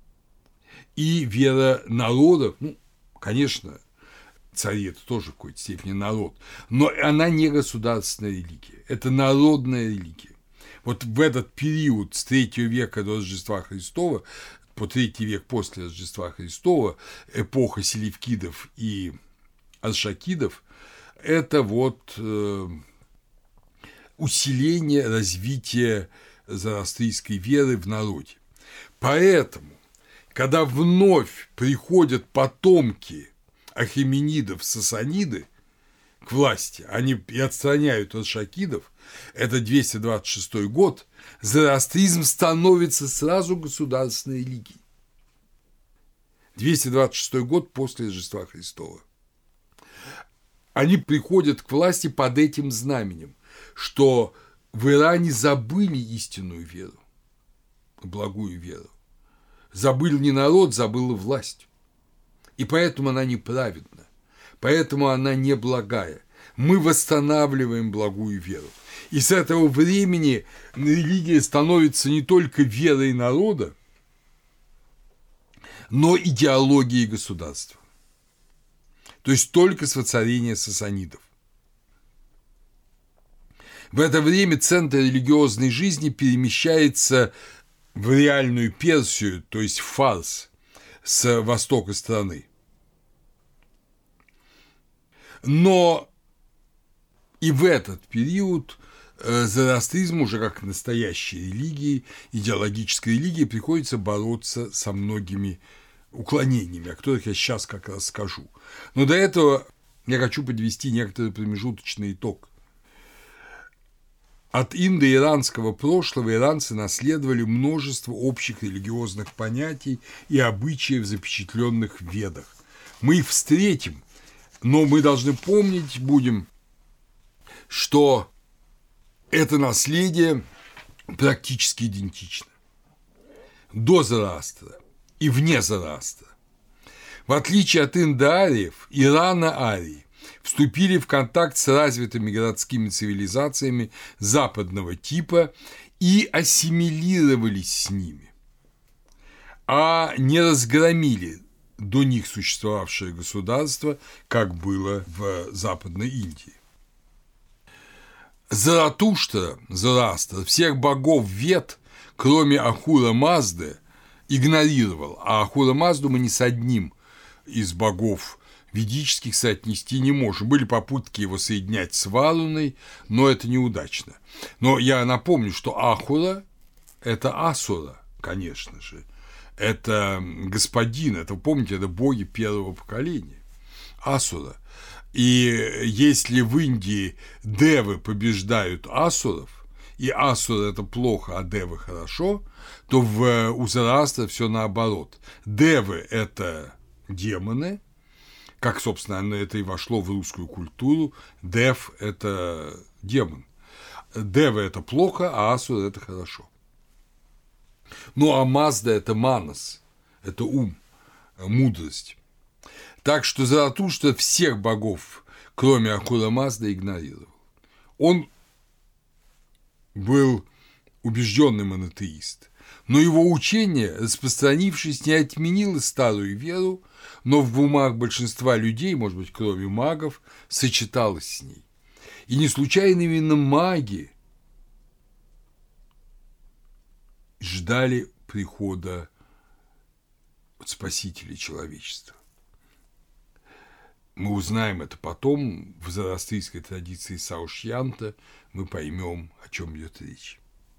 и вера народов, ну, конечно, цари – это тоже в какой-то степени народ, но она не государственная религия, это народная религия. Вот в этот период с третьего века до Рождества Христова, по третий век после Рождества Христова, эпоха селевкидов и аршакидов, это вот э, усиление развития зороастрийской веры в народе. Поэтому, когда вновь приходят потомки ахеменидов, сасаниды к власти, они и отстраняют аршакидов, это двести двадцать шестой год, зороастризм становится сразу государственной религией. двести двадцать шестой год после Рождества Христова. Они приходят к власти под этим знаменем, что в Иране забыли истинную веру. благую веру. Забыл не народ, забыла власть. И поэтому она неправедна, поэтому она не благая. Мы восстанавливаем благую веру. И с этого времени религия становится не только верой народа, но идеологией государства. То есть только с воцарения сасанидов. В это время центр религиозной жизни перемещается в реальную Персию, то есть в Фарс, с востока страны. Но и в этот период зороастризм уже как настоящей религии, идеологической религии, приходится бороться со многими уклонениями, о которых я сейчас как раз скажу. Но до этого я хочу подвести некоторый промежуточный итог. От индоиранского прошлого иранцы наследовали множество общих религиозных понятий и обычаев, запечатленных в Ведах. Мы их встретим, но мы должны помнить будем, что это наследие практически идентично. До Зороастра и вне Зороастра. В отличие от индоариев, ирано-арии вступили в контакт с развитыми городскими цивилизациями западного типа и ассимилировались с ними, а не разгромили до них существовавшее государство, как было в Западной Индии. Заратуштра, Зороастр, всех богов Вед, кроме Ахура Мазды, игнорировал, а Ахура Мазду мы ни с одним из богов ведических соотнести не можем. Были попытки его соединять с Варуной, но это неудачно. Но я напомню, что Ахура – это Асура, конечно же. Это господин, это, помните, это боги первого поколения. Асура. И если в Индии девы побеждают асуров, и асуры – это плохо, а девы – хорошо, то в, у Зороастра все наоборот. Девы – это демоны, как, собственно, это и вошло в русскую культуру. Дев – это демон. Девы – это плохо, а асуры – это хорошо. Ну, а Мазда – это манас, это ум, мудрость. Так что Заратуштра всех богов, кроме Ахура Мазды, игнорировал. Он был убежденный монотеист, но его учение, распространившись, не отменило старую веру, но в умах большинства людей, может быть, кроме магов, сочеталось с ней. И не случайно именно маги ждали прихода Спасителя человечества. Мы узнаем это потом, в зороастрийской традиции Саушьянта мы поймем, о чем идет речь.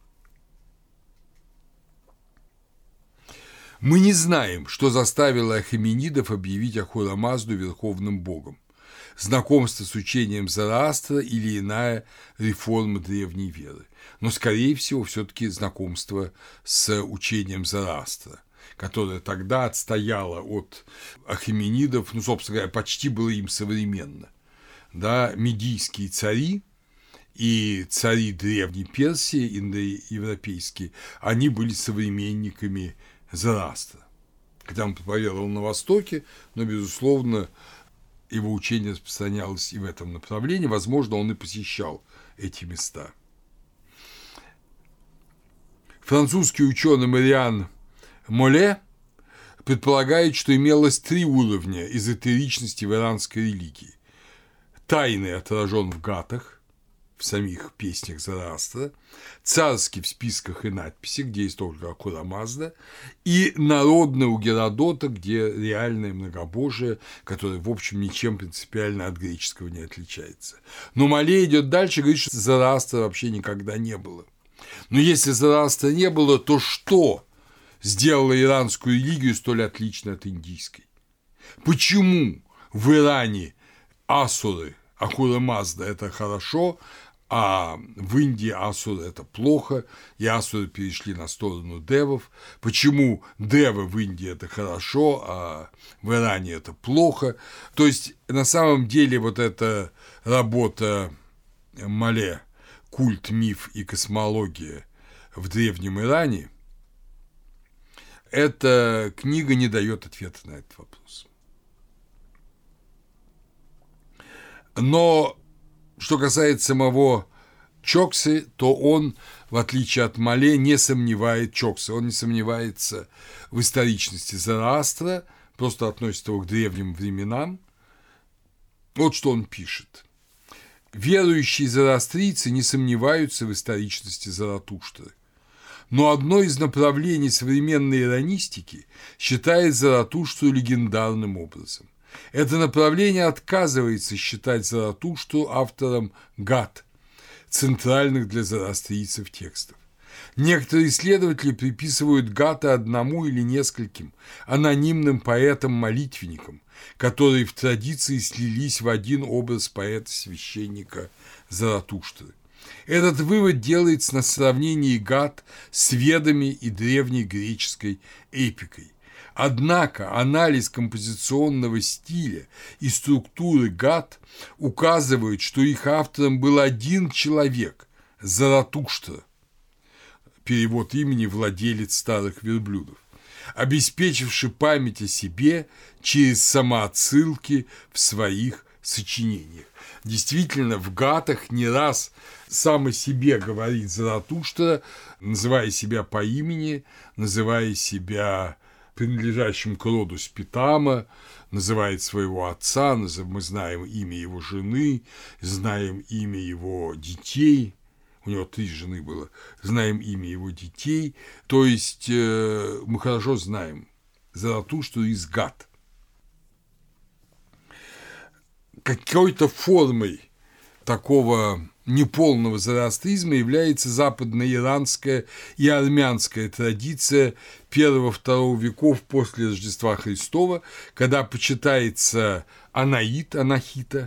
Мы не знаем, что заставило ахеменидов объявить Ахура Мазду верховным богом. Знакомство с учением Зороастра или иная реформа древней веры. Но, скорее всего, все-таки знакомство с учением Зороастра, которое тогда отстояло от ахеменидов, ну, собственно говоря, почти было им современно. Да, медийские цари и цари Древней Персии, индоевропейские, они были современниками Зороастра. Хотя он проповедовал на Востоке, но, безусловно, его учение распространялось и в этом направлении. Возможно, он и посещал эти места. Французский ученый Мариан Моле предполагает, что имелось три уровня эзотеричности в иранской религии. Тайный отражен в гатах, в самих песнях Зороастра, царский в списках и надписях, где есть только Ахура Мазда, и народный у Геродота, где реальное многобожие, которое, в общем, ничем принципиально от греческого не отличается. Но Моле идет дальше и говорит, что Зороастра вообще никогда не было. Но если Зороастра не было, то что сделало иранскую религию столь отличной от индийской? Почему в Иране асуры, Ахура Мазда – это хорошо, а в Индии асуры – это плохо, и асуры перешли на сторону девов? Почему девы в Индии – это хорошо, а в Иране – это плохо? То есть, на самом деле, вот эта работа Моле «Культ, миф и космология в Древнем Иране», эта книга не дает ответа на этот вопрос. Но что касается самого Чоксы, то он, в отличие от Мале, не сомневает Чоксы, он не сомневается в историчности Зороастра, просто относит его к древним временам. Вот что он пишет. Верующие зороастрийцы не сомневаются в историчности Заратуштры. Но одно из направлений современной иронистики считает Заратуштру легендарным образом. Это направление отказывается считать Заратуштру автором Гат, центральных для зороастрийцев текстов. Некоторые исследователи приписывают Гата одному или нескольким анонимным поэтам-молитвенникам, которые в традиции слились в один образ поэта-священника Заратуштры. Этот вывод делается на сравнении Гат с Ведами и древней греческой эпикой. Однако анализ композиционного стиля и структуры Гат указывает, что их автором был один человек – Заратуштра, перевод имени владелец старых верблюдов, обеспечивший память о себе через самоотсылки в своих сочинениях. Действительно, в Гатах не раз сам о себе говорит Заратуштра, называя себя по имени, называя себя принадлежащим к роду Спитама, называет своего отца, мы знаем имя его жены, знаем имя его детей, у него три жены было, знаем имя его детей, то есть э, мы хорошо знаем Заратуштру из Гат. Какой-то формой такого неполного зороастризма является западноиранская и армянская традиция первого-второго веков после Рождества Христова, когда почитается Анаит, Анахита.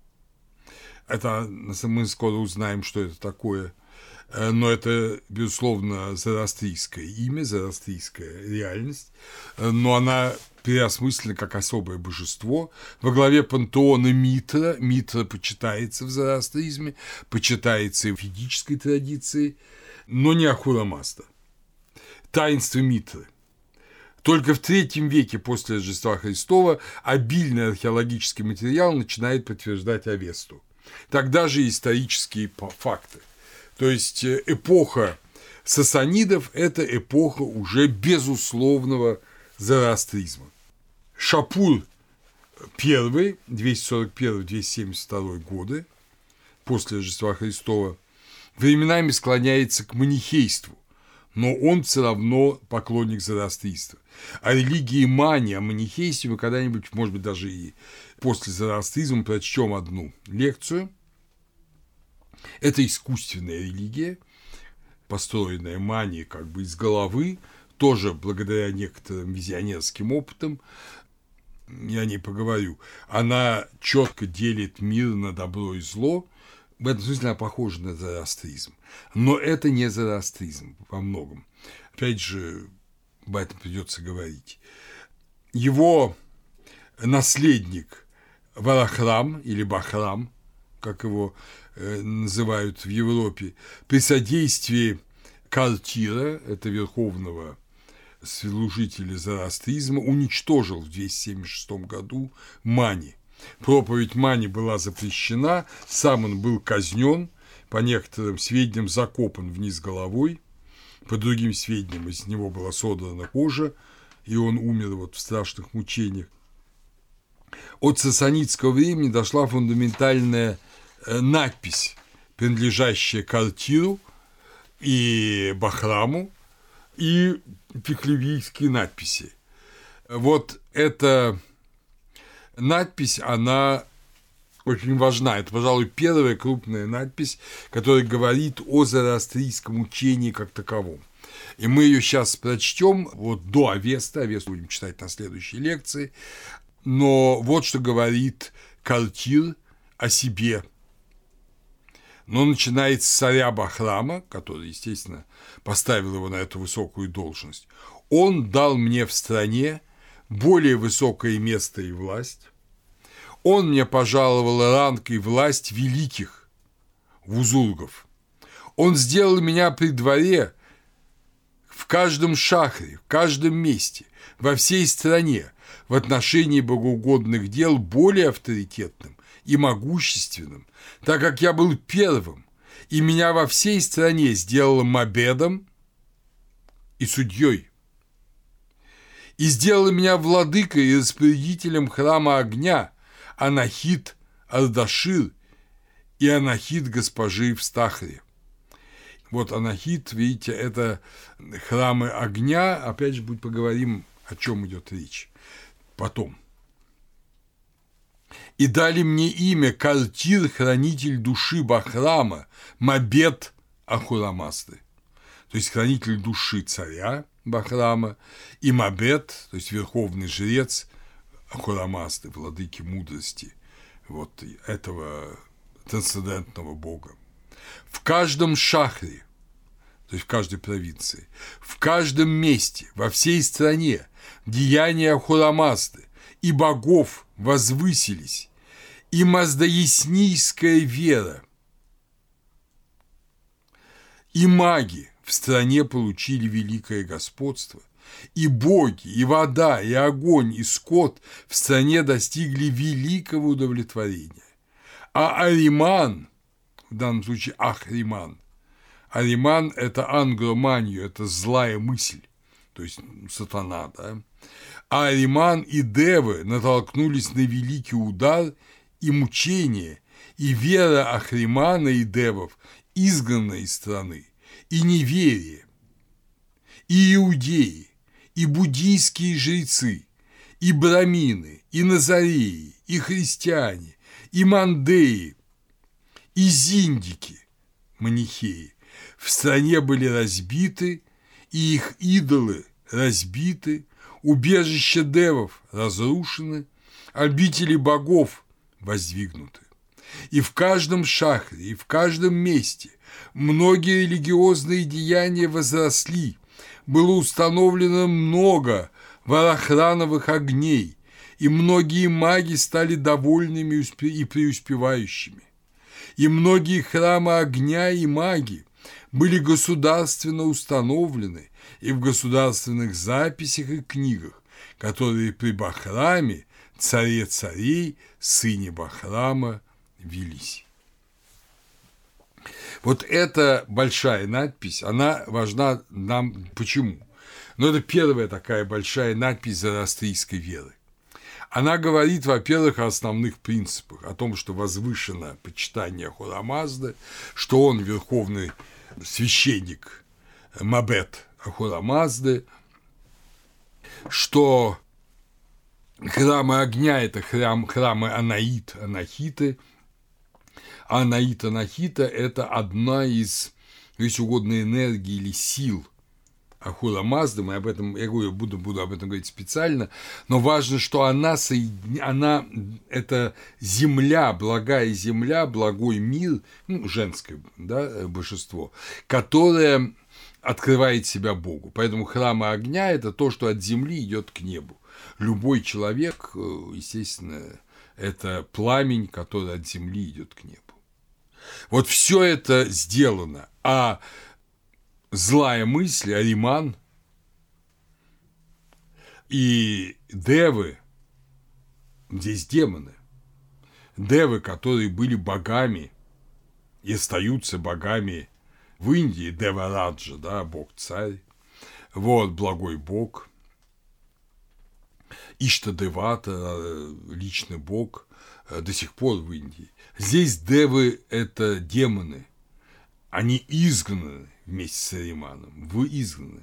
Это мы скоро узнаем, что это такое, но это, безусловно, зороастрийское имя, зороастрийская реальность, но она переосмыслена как особое божество. Во главе пантеона Митра, Митра почитается в зороастризме, почитается и в ведической традиции, но не Ахура Мазда. Таинство Митры. Только в третьем веке после Рождества Христова обильный археологический материал начинает подтверждать Авесту. Тогда же исторические факты. То есть эпоха сасанидов – это эпоха уже безусловного зороастризма. Шапур I, двести сорок первый - двести семьдесят второй годы, после Рождества Христова, временами склоняется к манихейству, но он все равно поклонник зороастрийства. О религии Мани, о манихействе мы когда-нибудь, может быть, даже и после зороастризма прочтем одну лекцию. Это искусственная религия, построенная Мани как бы из головы, тоже благодаря некоторым визионерским опытам, я о ней поговорю, она четко делит мир на добро и зло. В этом смысле она похожа на зороастризм. Но это не зороастризм во многом. Опять же, об этом придется говорить. Его наследник Варахрам или Бахрам, как его называют в Европе, при содействии Картира, это верховного служителя зороастризма, уничтожил в двести семьдесят шестом году Мани. Проповедь Мани была запрещена, сам он был казнен, по некоторым сведениям закопан вниз головой, по другим сведениям из него была содрана кожа, и он умер вот в страшных мучениях. От сасанидского времени дошла фундаментальная надпись, принадлежащая Картиру и Бахраму, и пехлевийские надписи. Вот эта надпись, она очень важна. Это, пожалуй, первая крупная надпись, которая говорит о зороастрийском учении как таковом. И мы ее сейчас прочтем вот до Авесты. Авесту будем читать на следующей лекции. Но вот что говорит Картир о себе. Но начинает с царя Бахрама, который, естественно, поставил его на эту высокую должность. Он дал мне в стране более высокое место и власть. Он мне пожаловал ранг и власть великих вузургов. Он сделал меня при дворе, в каждом шахре, в каждом месте, во всей стране в отношении богоугодных дел более авторитетным и могущественным, так как я был первым, и меня во всей стране сделало мобедом и судьей, и сделало меня владыкой и распорядителем храма огня, Анахит Ардашир и Анахит госпожи в Стахре. Вот Анахит, видите, это храмы огня. Опять же, будь поговорим, о чем идет речь потом. И дали мне имя Картир, хранитель души Бахрама, Мобед Ахурамазды, то есть хранитель души царя Бахрама, и Мобед, то есть верховный жрец Ахурамазды, владыки мудрости вот этого трансцендентного бога. В каждом шахре, то есть в каждой провинции, в каждом месте, во всей стране деяния Ахурамазды и богов возвысились, и маздаяснийская вера, и маги в стране получили великое господство, и боги, и вода, и огонь, и скот в стране достигли великого удовлетворения. А Ариман, в данном случае Ахриман, Ариман – это ангроманию, это злая мысль, то есть сатана, да? А Ариман и девы натолкнулись на великий удар и мучение, и вера Ахримана и девов изгнана из страны, и неверие, и иудеи, и буддийские жрецы, и брамины, и назареи, и христиане, и мандеи, и зиндики, манихеи, в стране были разбиты, и их идолы разбиты, убежища девов разрушены, обители богов воздвигнуты. И в каждом шахре, и в каждом месте многие религиозные деяния возросли, было установлено много варахрановых огней, и многие маги стали довольными и преуспевающими. И многие храмы огня и маги были государственно установлены и в государственных записях и книгах, которые при Бахраме, царе царей, сыне Бахрама, велись. Вот эта большая надпись, она важна нам почему? Ну, это первая такая большая надпись зороастрийской веры. Она говорит, во-первых, о основных принципах, о том, что возвышено почитание Ахурамазды, что он верховный священник Мобед Ахурамазды, что храмы огня – это храм, храмы Анаит, Анахиты, а Анаит, Анахита – это одна из, если угодно, энергий или сил Ахурамазды, мы об этом, я говорю, буду, буду об этом говорить специально, но важно, что она, соедин... она это земля, благая земля, благой мир, ну, женское, да, божество, которое открывает себя Богу. Поэтому храмы огня – это то, что от земли идет к небу. Любой человек, естественно, это пламень, который от земли идет к небу. Вот все это сделано, а злая мысль, Ариман и девы, здесь демоны, девы, которые были богами и остаются богами в Индии, Девараджа, да, бог-царь, вот, благой бог, Иштадевата, личный бог, до сих пор в Индии. Здесь девы – это демоны, они изгнаны вместе с Ариманом, вы изгнаны.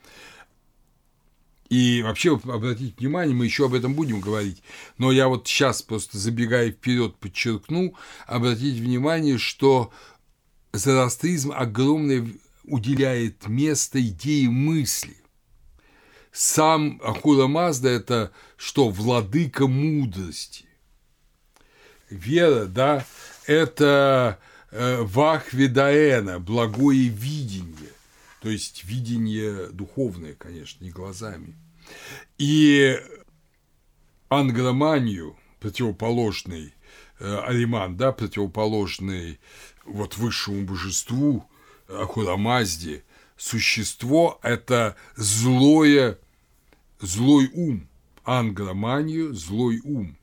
И вообще, обратите внимание, мы еще об этом будем говорить, но я вот сейчас, просто забегая вперед, подчеркну, обратите внимание, что зороастризм огромное уделяет место идее мысли. Сам Ахурамазда – это что? Владыка мудрости. Вера, да, это Вахвидаэна, благое видение, то есть видение духовное, конечно, не глазами. И ангроманию, противоположный Ариман, да, противоположный вот высшему божеству Ахурамазде, существо – это злое, злой ум, ангроманию – злой ум.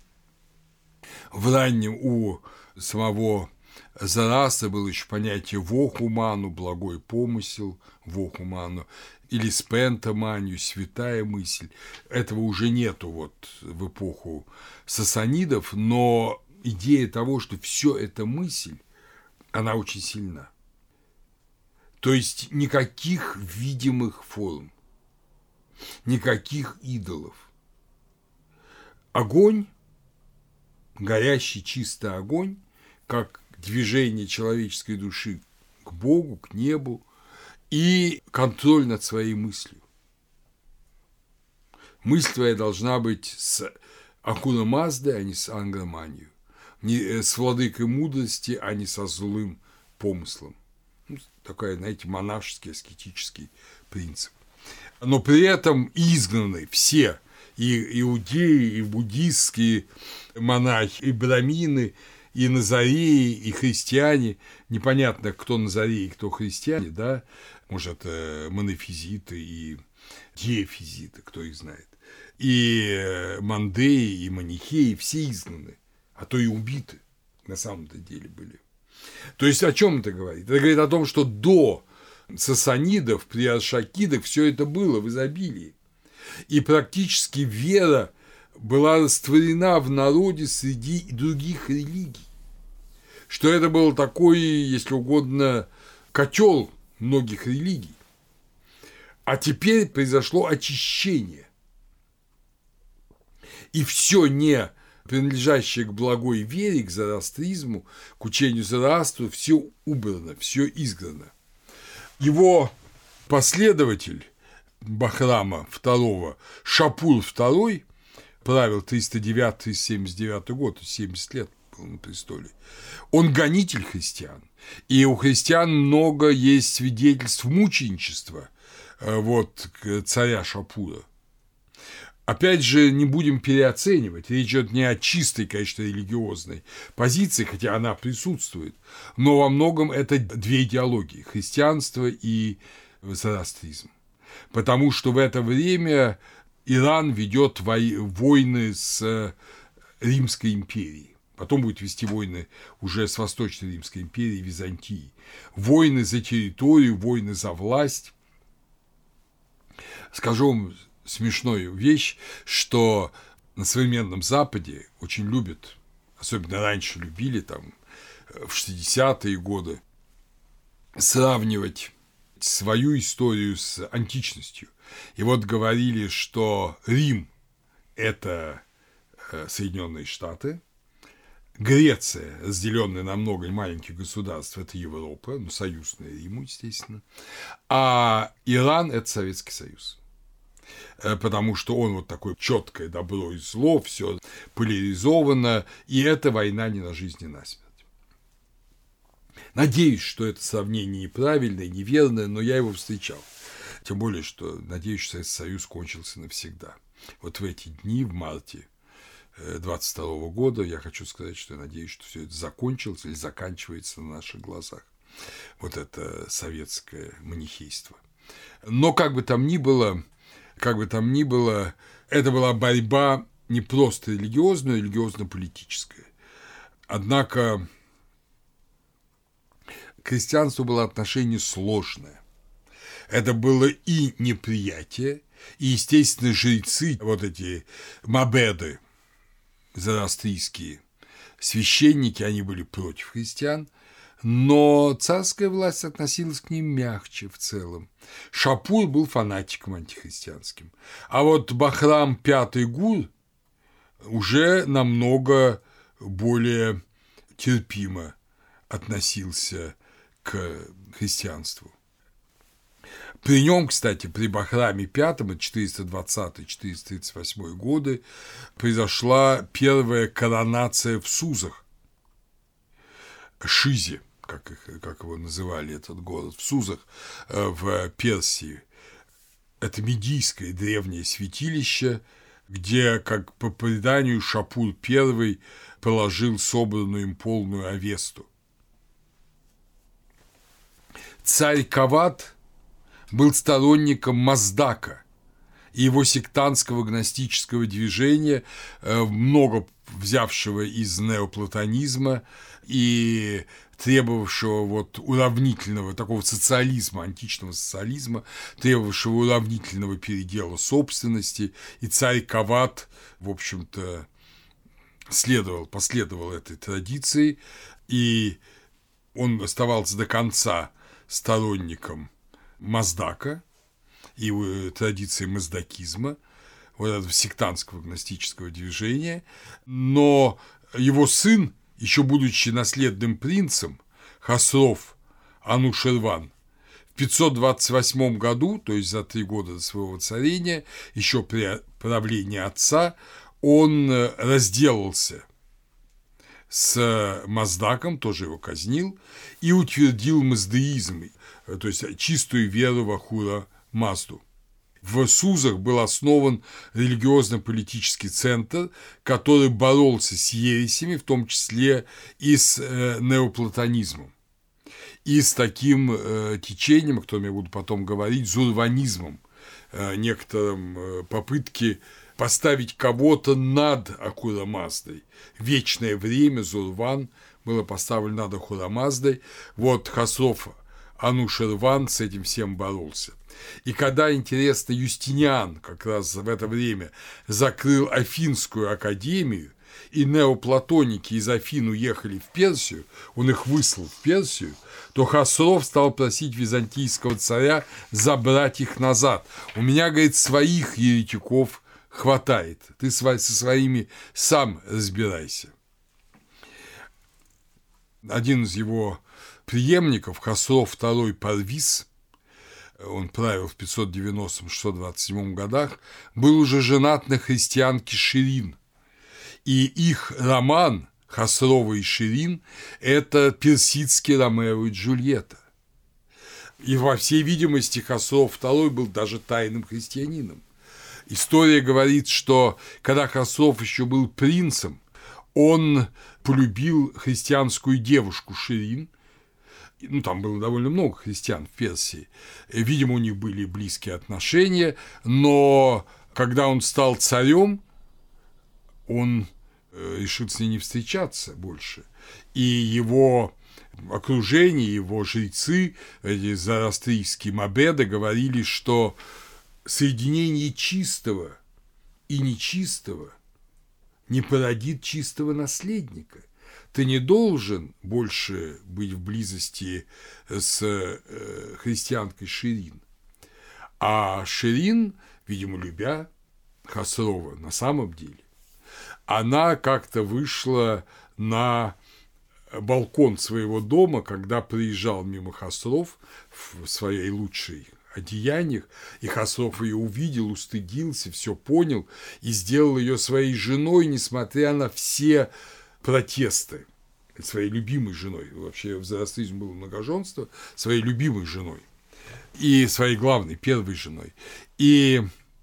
В раннем у самого Зороастра было еще понятие вохуману, благой помысел, вохуману, или спентаманию, святая мысль. Этого уже нету вот в эпоху сасанидов, но идея того, что все это мысль, она очень сильна. То есть никаких видимых форм, никаких идолов. Огонь, горящий чистый огонь, как движение человеческой души к Богу, к небу, и контроль над своей мыслью. Мысль твоя должна быть с Ахуна Маздой, а не с ангроманию, не с владыкой мудрости, а не со злым помыслом. Ну, такой, знаете, монашеский, аскетический принцип. Но при этом изгнаны все, и иудеи, и буддистские монахи, и брамины, и назареи, и христиане. Непонятно, кто назареи, кто христиане, да, может, это монофизиты и диафизиты, кто их знает. И мандеи, и манихеи, все изгнаны, а то и убиты на самом-то деле были. То есть о чем это говорит? Это говорит о том, что до сасанидов, при аршакидах все это было в изобилии. И практически вера была растворена в народе среди других религий. Что это был такой, если угодно, котел многих религий. А теперь произошло очищение. И все не принадлежащее к благой вере, к зороастризму, к учению Зороастра, все убрано, все изгнано. Его последователь Бахрама второго, Шапур второй, правил триста девятый — триста семьдесят девятый год, семьдесят лет был на престоле, он гонитель христиан. И у христиан много есть свидетельств мученичества вот, царя Шапура. Опять же, не будем переоценивать. Речь идет не о чистой, конечно, религиозной позиции, хотя она присутствует, но во многом это две идеологии – христианство и зороастризм. Потому что в это время Иран ведет войны с Римской империей. Потом будет вести войны уже с Восточной Римской империей, Византией. Войны за территорию, войны за власть. Скажу вам смешную вещь, что на современном Западе очень любят, особенно раньше любили, там, в шестидесятые годы, сравнивать свою историю с античностью. И вот говорили, что Рим – это Соединенные Штаты, Греция, разделенная на много маленьких государств, это Европа, ну, союзная Риму, естественно, а Иран – это Советский Союз. Потому что он вот такое четкое добро и зло, все поляризовано, и это война не на жизнь, не на смерть. Надеюсь, что это сравнение неправильное, неверное, но я его встречал. Тем более, что, надеюсь, что Советский Союз кончился навсегда. Вот в эти дни, в марте двадцать второго года, я хочу сказать, что я надеюсь, что все это закончилось или заканчивается на наших глазах. Вот это советское манихейство. Но как бы там ни было, как бы там ни было, это была борьба не просто религиозная, а религиозно-политическая. Однако к христианству было отношение сложное. Это было и неприятие, и, естественно, жрецы, вот эти мабеды зороастрийские, священники, они были против христиан, но царская власть относилась к ним мягче в целом. Шапур был фанатиком антихристианским, а вот Бахрам пятый Гур уже намного более терпимо относился к христианству. При нем, кстати, при Бахраме пятом, четыреста двадцатый — четыреста тридцать восьмой годы, произошла первая коронация в Сузах, Шизе, как, их, как его называли этот город, в Сузах, в Персии. Это медийское древнее святилище, где, как по преданию, Шапур I положил собранную им полную авесту. Царь Кавад был сторонником Маздака и его сектантского гностического движения, много взявшего из неоплатонизма и требовавшего вот уравнительного такого социализма, античного социализма, требовавшего уравнительного передела собственности, и царь Кавад, в общем-то, следовал, последовал этой традиции, и он оставался до конца сторонником Маздака и традиции маздакизма, вот этого сектантского гностического движения, но его сын, еще будучи наследным принцем, Хосров Анушерван, в пятьсот двадцать восьмом году, то есть за три года до своего воцарения, еще при правлении отца, он разделался с Маздаком, тоже его казнил, и утвердил маздаизм, то есть чистую веру в Ахура Мазду. В Сузах был основан религиозно-политический центр, который боролся с ересями, в том числе и с неоплатонизмом, и с таким течением, о котором я буду потом говорить, зурванизмом, некоторым попытки поставить кого-то над Ахура Маздой. Вечное время Зурван было поставлено над Ахура Маздой. Вот Хосров Анушерван с этим всем боролся. И когда, интересно, Юстиниан как раз в это время закрыл Афинскую академию, и неоплатоники из Афин уехали в Персию, он их выслал в Персию, то Хосров стал просить византийского царя забрать их назад. У меня, говорит, своих еретиков хватает, ты со своими сам разбирайся. Один из его преемников, Хосров второй Парвиз, он правил в пятьсот девяностом — шестьсот двадцать седьмом годах, был уже женат на христианке Ширин. И их роман Хосрова и Ширин – это персидский Ромео и Джульетта. И, во всей видимости, Хосров второй был даже тайным христианином. История говорит, что когда Хосров еще был принцем, он полюбил христианскую девушку Ширин. Ну, там было довольно много христиан в Персии. Видимо, у них были близкие отношения, но когда он стал царем, он решил с ней не встречаться больше. И его окружение, его жрецы, эти зороастрийские мабеды, говорили, что соединение чистого и нечистого не породит чистого наследника. Ты не должен больше быть в близости с христианкой Ширин. А Ширин, видимо, любя Хосрова на самом деле, она как-то вышла на балкон своего дома, когда приезжал мимо Хосров в своей лучшей одеяниях, и Хосров ее увидел, устыдился, все понял и сделал ее своей женой, несмотря на все протесты, своей любимой женой. Вообще в зороастризме было многоженство, своей любимой женой и своей главной, первой женой. И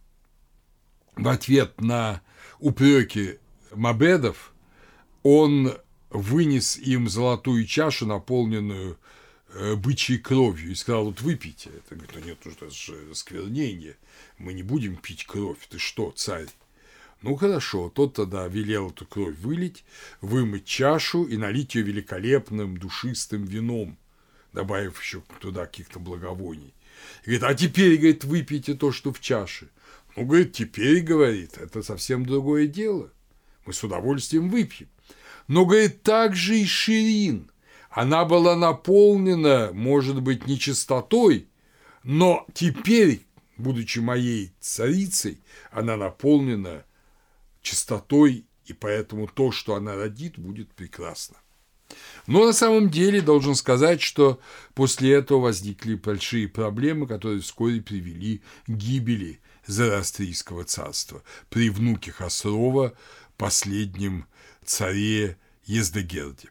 в ответ на упреки мабедов он вынес им золотую чашу, наполненную бычьей кровью, и сказал: вот выпейте. Это говорит: ну нет, это же осквернение, мы не будем пить кровь, ты что, царь? Ну хорошо, тот тогда велел эту кровь вылить, вымыть чашу и налить ее великолепным душистым вином, добавив еще туда каких-то благовоний. И говорит: а теперь, говорит, выпейте то, что в чаше. Ну, говорит, теперь, говорит, это совсем другое дело, мы с удовольствием выпьем. Но, говорит, так же и Ширин. Она была наполнена, может быть, нечистотой, но теперь, будучи моей царицей, она наполнена чистотой, и поэтому то, что она родит, будет прекрасно. Но на самом деле должен сказать, что после этого возникли большие проблемы, которые вскоре привели к гибели Зороастрийского царства при внуке Хосрова, последнем царе Ездегерде.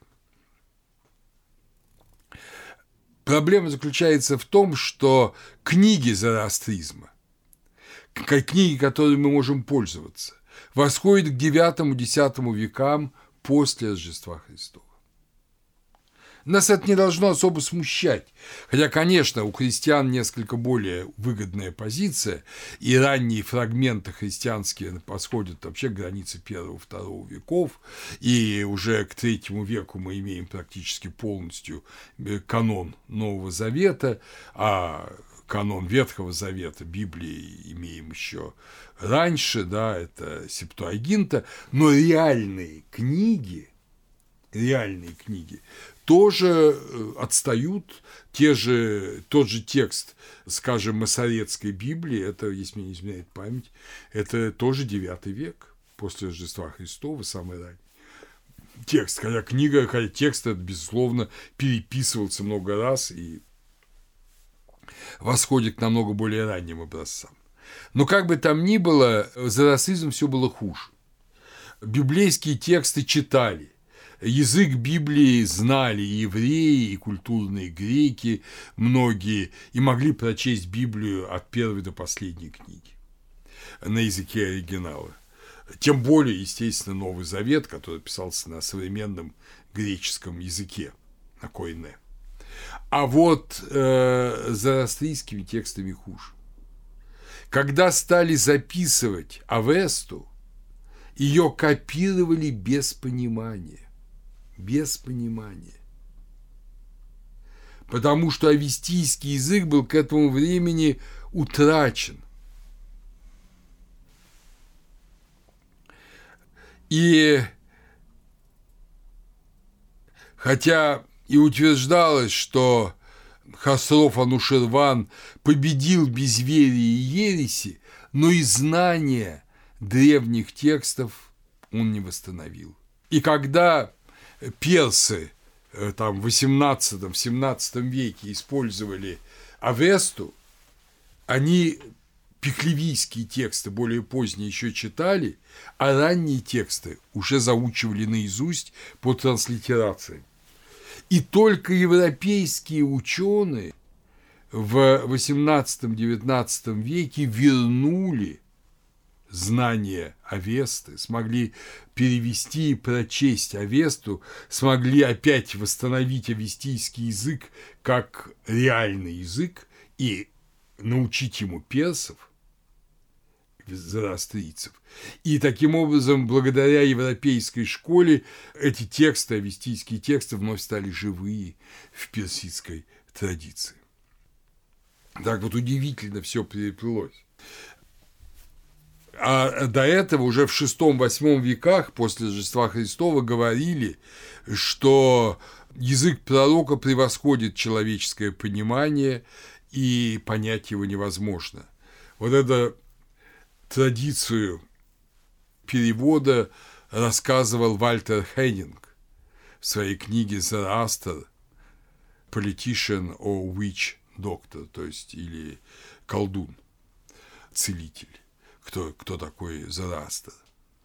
Проблема заключается в том, что книги зороастризма, книги, которыми мы можем пользоваться, восходят к девятому-десятому векам после Рождества Христова. Нас это не должно особо смущать. Хотя, конечно, у христиан несколько более выгодная позиция, и ранние фрагменты христианские подходят вообще к границе первого-второго веков, и уже к третьему веку мы имеем практически полностью канон Нового Завета, а канон Ветхого Завета, Библии имеем еще раньше, да, это Септуагинта, но реальные книги, реальные книги тоже отстают. Те же, тот же текст, скажем, Масоретской Библии, это, если мне не изменяет память, это тоже девятый век после Рождества Христова, самый ранний текст, хотя книга, хотя текст этот, безусловно, переписывался много раз и восходит к намного более ранним образцам. Но как бы там ни было, зороастризм все было хуже. Библейские тексты читали. Язык Библии знали и евреи, и культурные греки, многие, и могли прочесть Библию от первой до последней книги на языке оригинала. Тем более, естественно, Новый Завет, который писался на современном греческом языке, на коине. А вот э, зороастрийскими текстами хуже. Когда стали записывать Авесту, ее копировали без понимания. Без понимания. Потому что авестийский язык был к этому времени утрачен. И хотя и утверждалось, что Хосров Ануширван победил безверие и ереси, но и знания древних текстов он не восстановил. И когда персы там, в восемнадцатом-семнадцатом веке использовали Авесту, они пехлевийские тексты более поздние еще читали, а ранние тексты уже заучивали наизусть по транслитерации. И только европейские ученые в восемнадцатом-девятнадцатом веке вернули знания Авесты, смогли перевести и прочесть Авесту, смогли опять восстановить авестийский язык как реальный язык и научить ему персов, зороастрийцев. И таким образом, благодаря европейской школе, эти тексты, авестийские тексты, вновь стали живые в персидской традиции. Так вот удивительно все переплелось. А до этого уже в шестом-восьмом веках после Рождества Христова говорили, что язык пророка превосходит человеческое понимание, и понять его невозможно. Вот эту традицию перевода рассказывал Вальтер Хеннинг в своей книге «Зороастр. Politician or Witch Doctor», то есть или колдун, целитель. Кто, кто такой Зороастр.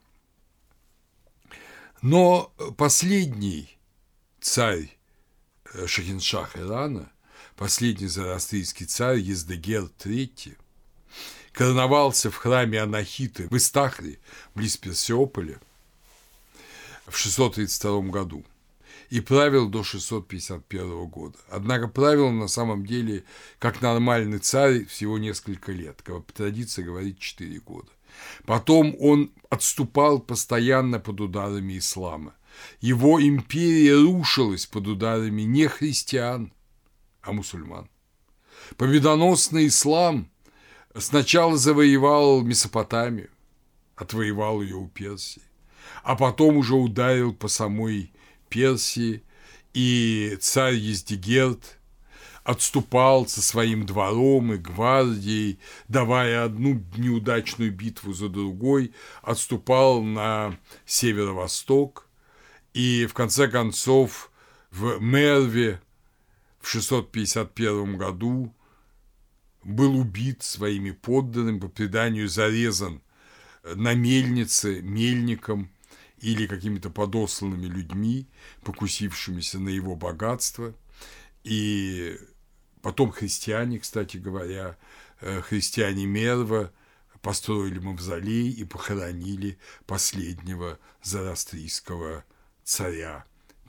Но последний царь Шахиншах Ирана, последний зороастрийский царь Ездегерд третий, короновался в храме Анахиты в Истахре, близ Персеополя, в шестьсот тридцать втором году и правил до шестьсот пятьдесят первого года. Однако правил на самом деле, как нормальный царь, всего несколько лет, как по традиции говорит, четыре года. Потом он отступал постоянно под ударами ислама. Его империя рушилась под ударами не христиан, а мусульман. Победоносный ислам сначала завоевал Месопотамию, отвоевал ее у Персии, а потом уже ударил по самой Персии, и царь Ездегерд отступал со своим двором и гвардией, давая одну неудачную битву за другой, отступал на северо-восток, и в конце концов в Мерве в шестьсот пятьдесят первом году был убит своими подданными, по преданию зарезан на мельнице мельником или какими-то подосланными людьми, покусившимися на его богатство. И потом христиане, кстати говоря, христиане Мерва построили мавзолей и похоронили последнего зороастрийского царя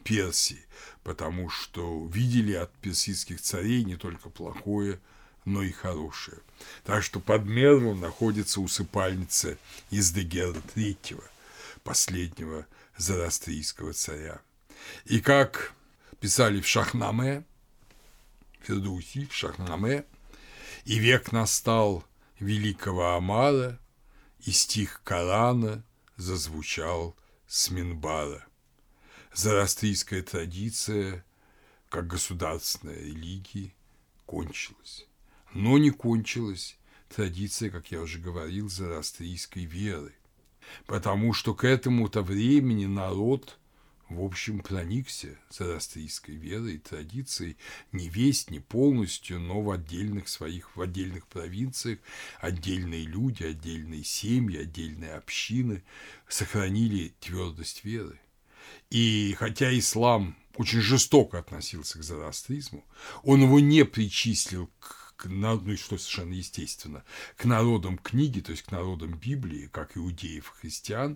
Персии, потому что видели от персидских царей не только плохое, но и хорошее. Так что под Мервом находится усыпальница Ездегера третьего, последнего зороастрийского царя. И как писали в Шахнаме, Фердоуси, в Шахнаме, и век настал великого Омара, и стих Корана зазвучал с минбара. Зороастрийская традиция, как государственная религия, кончилась. Но не кончилась традиция, как я уже говорил, зороастрийской веры, потому что к этому-то времени народ, в общем, проникся зороастрийской верой и традицией не весь, не полностью, но в отдельных своих, в отдельных провинциях отдельные люди, отдельные семьи, отдельные общины сохранили твердость веры. И хотя ислам очень жестоко относился к зороастризму, он его не причислил к, к ну, что совершенно естественно, к народам книги, то есть к народам Библии, как иудеев и христиан,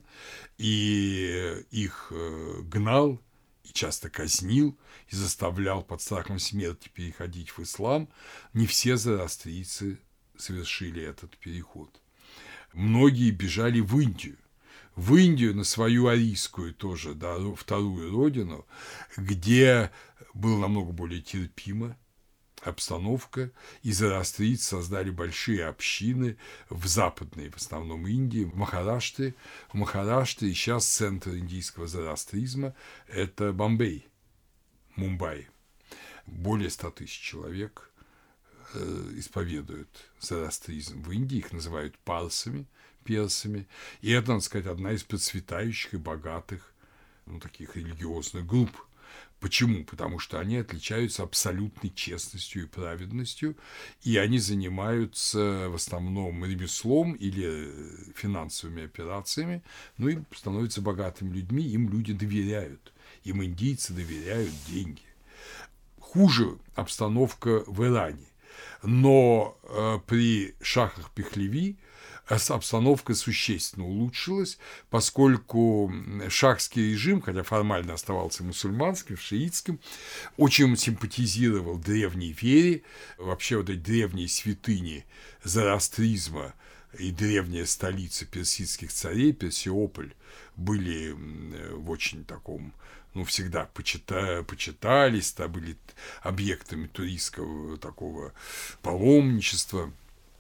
и их гнал, и часто казнил, и заставлял под страхом смерти переходить в ислам, не все зороастрийцы совершили этот переход. Многие бежали в Индию, в Индию, на свою арийскую тоже, да, вторую родину, где было намного более терпимо обстановка, и зороастрийцы создали большие общины в западной, в основном Индии, в Махараште. В Махараште и сейчас центр индийского зороастризма – это Бомбей, Мумбаи. Более ста тысяч человек исповедуют зороастризм в Индии, их называют парсами, персами, и это, надо сказать, одна из процветающих и богатых, ну, таких религиозных групп. Почему? Потому что они отличаются абсолютной честностью и праведностью, и они занимаются в основном ремеслом или финансовыми операциями, ну и становятся богатыми людьми, им люди доверяют, им индийцы доверяют деньги. Хуже обстановка в Иране, но э, при шахах Пехлеви обстановка существенно улучшилась, поскольку шахский режим, хотя формально оставался мусульманским, шиитским, очень симпатизировал древней вере, вообще вот эти древние святыни зороастризма и древняя столица персидских царей, Персиополь, были в очень таком, ну, всегда почита, почитались, да, были объектами туристского такого паломничества.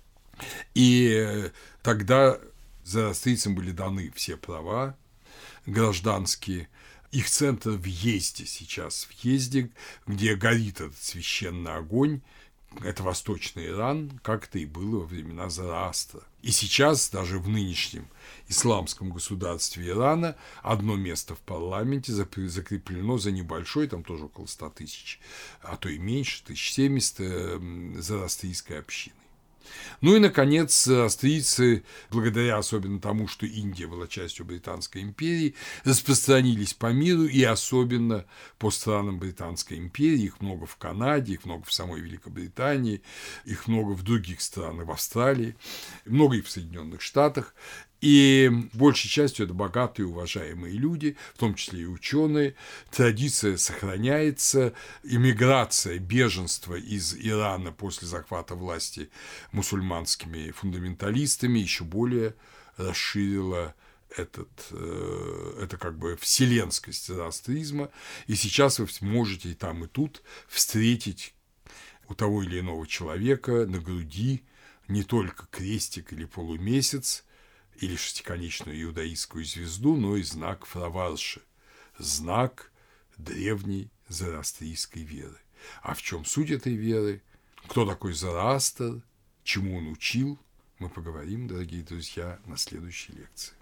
И тогда зороастрийцам были даны все права гражданские. Их центр в Езде сейчас, в Езде, где горит этот священный огонь, это восточный Иран, как это и было во времена Зороастра. И сейчас даже в нынешнем исламском государстве Ирана одно место в парламенте закреплено за небольшой, там тоже около ста тысяч, а то и меньше, тысяч семьдесят зороастрийской общины. Ну и, наконец, австрийцы, благодаря особенно тому, что Индия была частью Британской империи, распространились по миру, и особенно по странам Британской империи. Их много в Канаде, их много в самой Великобритании, их много в других странах, в Австралии, много и в Соединенных Штатах. И большей частью это богатые, уважаемые люди, в том числе и ученые. Традиция сохраняется, иммиграция, беженство из Ирана после захвата власти мусульманскими фундаменталистами еще более расширила этот, это как бы вселенскость зороастризма. И сейчас вы можете и там, и тут встретить у того или иного человека на груди не только крестик или полумесяц, или шестиконечную иудаистскую звезду, но и знак Фраварши, знак древней зороастрийской веры. А в чем суть этой веры? Кто такой Зороастр? Чему он учил? Мы поговорим, дорогие друзья, на следующей лекции.